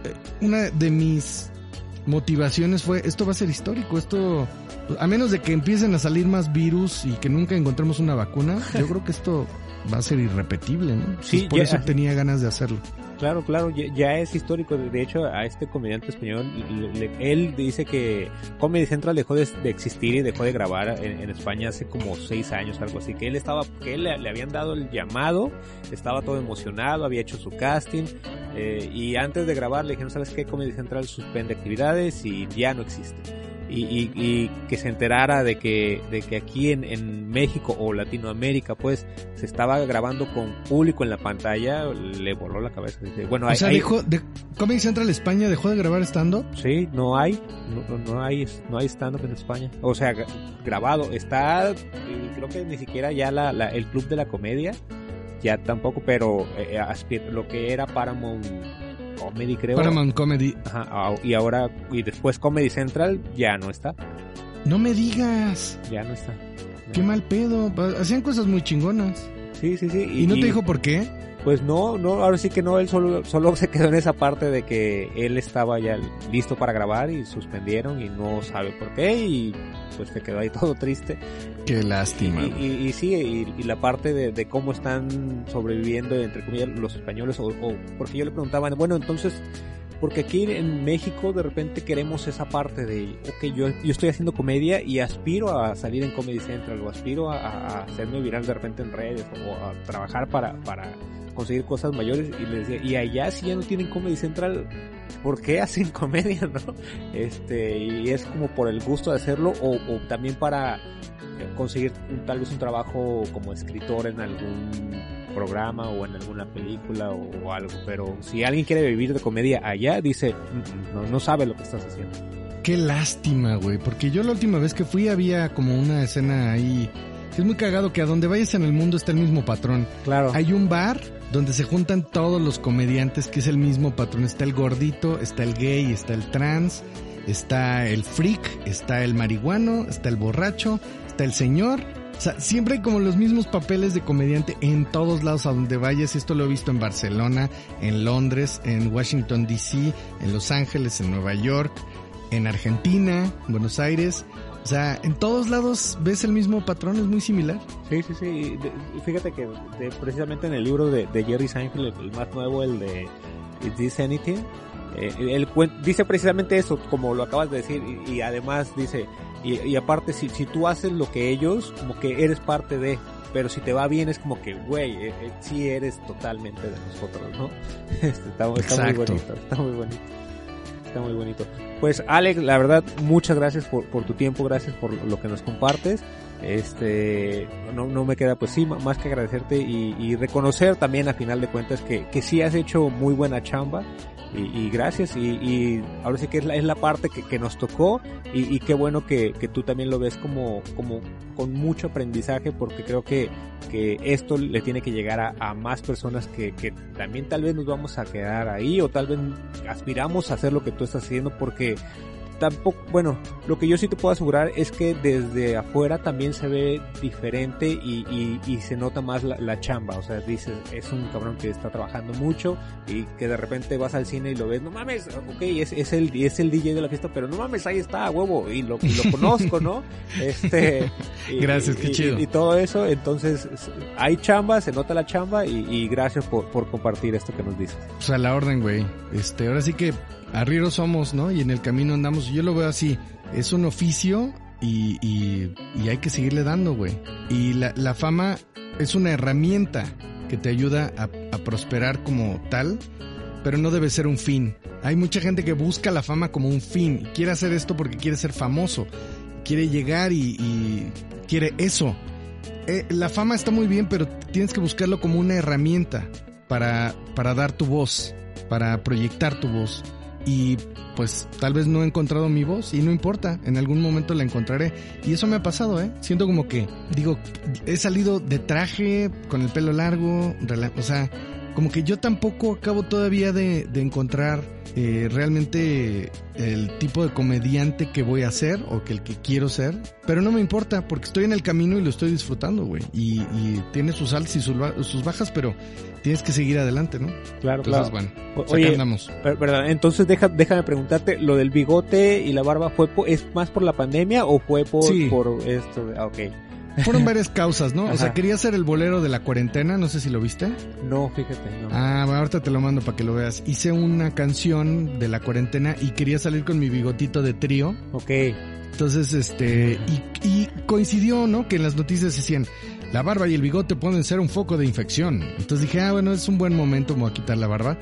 una de mis motivaciones fue, esto va a ser histórico, esto, a menos de que empiecen a salir más virus y que nunca encontremos una vacuna, yo creo que esto va a ser irrepetible, ¿no? Entonces, sí, por ya, eso tenía ganas de hacerlo. Claro, claro, ya, ya es histórico. De hecho, a este comediante español, le, le, él dice que Comedy Central dejó de, de existir y dejó de grabar en, en España hace como seis años, algo así. Que él estaba, que él le, le habían dado el llamado, estaba todo emocionado, había hecho su casting, eh, y antes de grabar le dijeron, ¿sabes qué? Comedy Central suspende actividades y ya no existe. Y, y, y que se enterara de que de que aquí en, en México o Latinoamérica pues se estaba grabando con público en la pantalla, le voló la cabeza. Dice, bueno, o hay, sea, hay... dejó de Comedy Central España dejó de grabar stand-up. Sí, no hay, no, no hay, no hay stand-up en España. O sea, grabado está, creo que ni siquiera ya la, la el Club de la Comedia, ya tampoco, pero eh, lo que era Paramount Comedy, creo. Paramount Comedy. Ajá, y ahora, y después Comedy Central ya no está. No me digas. Ya no está. Qué no. Mal pedo. Hacían cosas muy chingonas. Sí, sí, sí. ¿Y, ¿Y no te dijo por qué? Pues no, no, ahora sí que no, él solo, solo se quedó en esa parte de que él estaba ya listo para grabar y suspendieron y no sabe por qué y pues se quedó ahí todo triste. Qué lástima. Y, y, y sí, y, y la parte de, de cómo están sobreviviendo, entre comillas, los españoles, o, o porque yo le preguntaba, bueno, entonces, porque aquí en México de repente queremos esa parte de, ok, yo, yo estoy haciendo comedia y aspiro a salir en Comedy Central o aspiro a, a hacerme viral de repente en redes o a trabajar para, para conseguir cosas mayores, y les decía, y allá si ya no tienen Comedy Central, ¿por qué hacen comedia, no? Este, y es como por el gusto de hacerlo o, o también para conseguir un, tal vez un trabajo como escritor en algún programa o en alguna película o, o algo, pero si alguien quiere vivir de comedia allá, dice, no, no sabe lo que estás haciendo. Qué lástima, güey, porque yo la última vez que fui había como una escena ahí, que es muy cagado, que a donde vayas en el mundo está el mismo patrón. Claro. Hay un bar donde se juntan todos los comediantes, que es el mismo patrón. Está el gordito, está el gay, está el trans, está el freak, está el marihuano, está el borracho, está el señor. O sea, siempre hay como los mismos papeles de comediante en todos lados a donde vayas. Esto lo he visto en Barcelona, en Londres, en Washington D C, en Los Ángeles, en Nueva York, en Argentina, en Buenos Aires. O sea, en todos lados ves el mismo patrón, es muy similar. Sí, sí, sí. De, fíjate que de, precisamente en el libro de, de Jerry Seinfeld, el, el más nuevo, el de Is This Anything? Eh, él dice precisamente eso, como lo acabas de decir, y, y además dice, y, y aparte, si, si tú haces lo que ellos, como que eres parte de, pero si te va bien es como que, güey, eh, eh, sí eres totalmente de nosotros, ¿no? Este, está, está muy bonito, está muy bonito. Está muy bonito. Pues Alex, la verdad, muchas gracias por, por tu tiempo, gracias por lo que nos compartes. Este, no, no me queda pues sí, más que agradecerte y, y reconocer también a final de cuentas que, que sí has hecho muy buena chamba. Y, y gracias, y, y ahora sí que es la, es la parte que, que nos tocó, y, y qué bueno que, que tú también lo ves como, como con mucho aprendizaje, porque creo que, que esto le tiene que llegar a, a más personas que, que también tal vez nos vamos a quedar ahí, o tal vez aspiramos a hacer lo que tú estás haciendo, porque tampoco, bueno, lo que yo sí te puedo asegurar es que desde afuera también se ve diferente y, y, y se nota más la, la chamba. O sea, dices, es un cabrón que está trabajando mucho y que de repente vas al cine y lo ves, no mames, ok, es, es el es el D J de la fiesta, pero no mames, ahí está, huevo, y lo, y lo conozco, ¿no? Este, y, gracias, qué y, chido. Y, y todo eso, entonces hay chamba, se nota la chamba y, y gracias por, por compartir esto que nos dices. Pues a la orden, güey. Este, ahora sí que arrieros somos, ¿no? Y en el camino andamos. Yo lo veo así. Es un oficio y, y, y hay que seguirle dando, güey. Y la, la fama es una herramienta que te ayuda a, a prosperar como tal. pero no debe ser un fin. Hay mucha gente que busca la fama como un fin, y quiere hacer esto porque quiere ser famoso, quiere llegar y, y quiere eso. Eh, la fama está muy bien, pero tienes que buscarlo como una herramienta para, para dar tu voz, para proyectar tu voz. Y pues tal vez no he encontrado mi voz y no importa, en algún momento la encontraré. Y eso me ha pasado, ¿eh? Siento como que, digo, he salido de traje, con el pelo largo, o sea, como que yo tampoco acabo todavía de, de encontrar eh, realmente el tipo de comediante que voy a ser o que el que quiero ser, pero no me importa porque estoy en el camino y lo estoy disfrutando, güey. Y, y tiene sus altas y sus, sus bajas, pero tienes que seguir adelante, ¿no? Claro, entonces, claro. Bueno, o, acá oye, andamos. Per, perdón, entonces deja, déjame preguntarte, ¿lo del bigote y la barba fue por, es más por la pandemia o fue por, sí. por esto? Ah, ok. Fueron varias causas, ¿no? Ajá. O sea, quería hacer el bolero de la cuarentena, no sé si lo viste. No, fíjate, no. Ah, bueno, ahorita te lo mando para que lo veas. Hice una canción de la cuarentena y quería salir con mi bigotito de trío. Ok. Entonces, este, y, y coincidió, ¿no? Que en las noticias decían, la barba y el bigote pueden ser un foco de infección. Entonces dije, ah, bueno, es un buen momento, me voy a quitar la barba.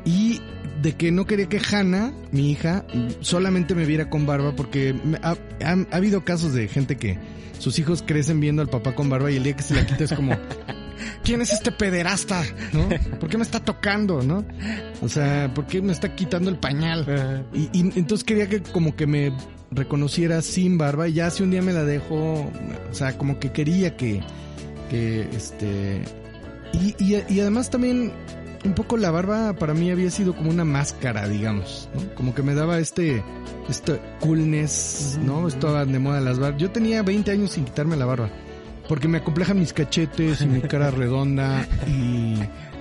Y de que no quería que Hannah, mi hija, solamente me viera con barba porque me, ha, ha, ha habido casos de gente que sus hijos crecen viendo al papá con barba y el día que se la quita es como, ¿quién es este pederasta? ¿No? ¿Por qué me está tocando? ¿No? O sea, ¿por qué me está quitando el pañal? Y, y entonces quería que como que me reconociera sin barba y ya si un día me la dejo, o sea, como que quería que, que este, y, y, y además también un poco la barba para mí había sido como una máscara, digamos, ¿no? Como que me daba este, este coolness, ¿no? Estaba de moda las barbas. Yo tenía veinte años sin quitarme la barba, porque me acomplejan mis cachetes y mi cara redonda y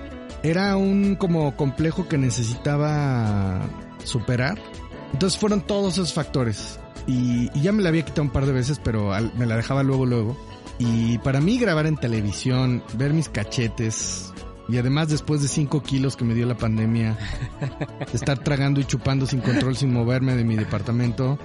era un como complejo que necesitaba superar. Entonces fueron todos esos factores y, y ya me la había quitado un par de veces, pero al, me la dejaba luego, luego. Y para mí grabar en televisión, ver mis cachetes... Y además después de cinco kilos que me dio la pandemia, estar tragando y chupando sin control, sin moverme de mi departamento,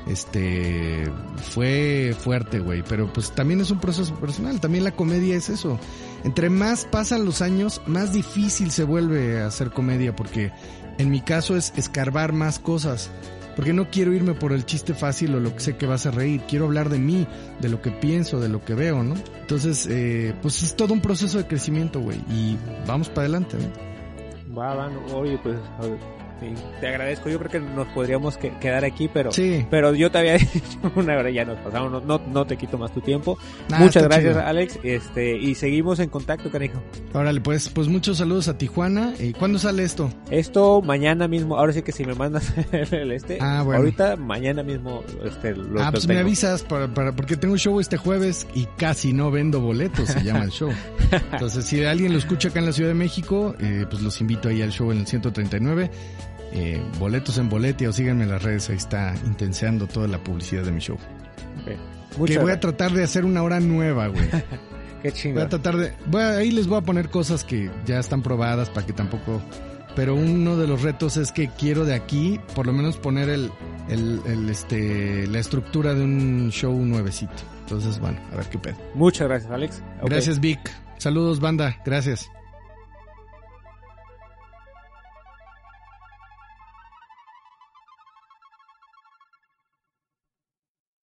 este, fue fuerte, güey. Pero pues también es un proceso personal, también la comedia es eso. Entre más pasan los años, más difícil se vuelve a hacer comedia, porque en mi caso es escarbar más cosas. Porque no quiero irme por el chiste fácil o lo que sé que vas a reír. Quiero hablar de mí, de lo que pienso, de lo que veo, ¿no? Entonces, eh, pues es todo un proceso de crecimiento, güey. Y vamos para adelante, ¿no? Va, va, no, oye, pues, a ver, sí, te agradezco. Yo creo que nos podríamos que, quedar aquí, pero sí. pero yo te había dicho una hora, ya nos pasamos, no, no, no te quito más tu tiempo. Nah, Muchas gracias, chido. Alex, este, y seguimos en contacto, canijo. Órale, pues, pues muchos saludos a Tijuana. ¿Y cuándo sale esto? Esto mañana mismo, ahora sí que si me mandas el este, ah, bueno. ahorita, mañana mismo, este, lo Ah, pues tengo. me avisas, para, para, porque tengo un show este jueves y casi no vendo boletos, se llama el show. Entonces, si alguien lo escucha acá en la Ciudad de México, eh, pues los invito ahí al show en el ciento treinta y nueve. Eh, boletos en Boletia o síganme en las redes, ahí está intenseando toda la publicidad de mi show. Okay. Que Muchas voy gracias. a tratar de hacer una hora nueva, güey. Qué chingón. Voy a tratar de, voy a, ahí les voy a poner cosas que ya están probadas para que tampoco, pero uno de los retos es que quiero de aquí por lo menos poner el, el, el este, la estructura de un show nuevecito. Entonces, bueno, a ver qué pedo. Muchas gracias, Alex. Okay. Gracias, Vic. Saludos, banda. Gracias.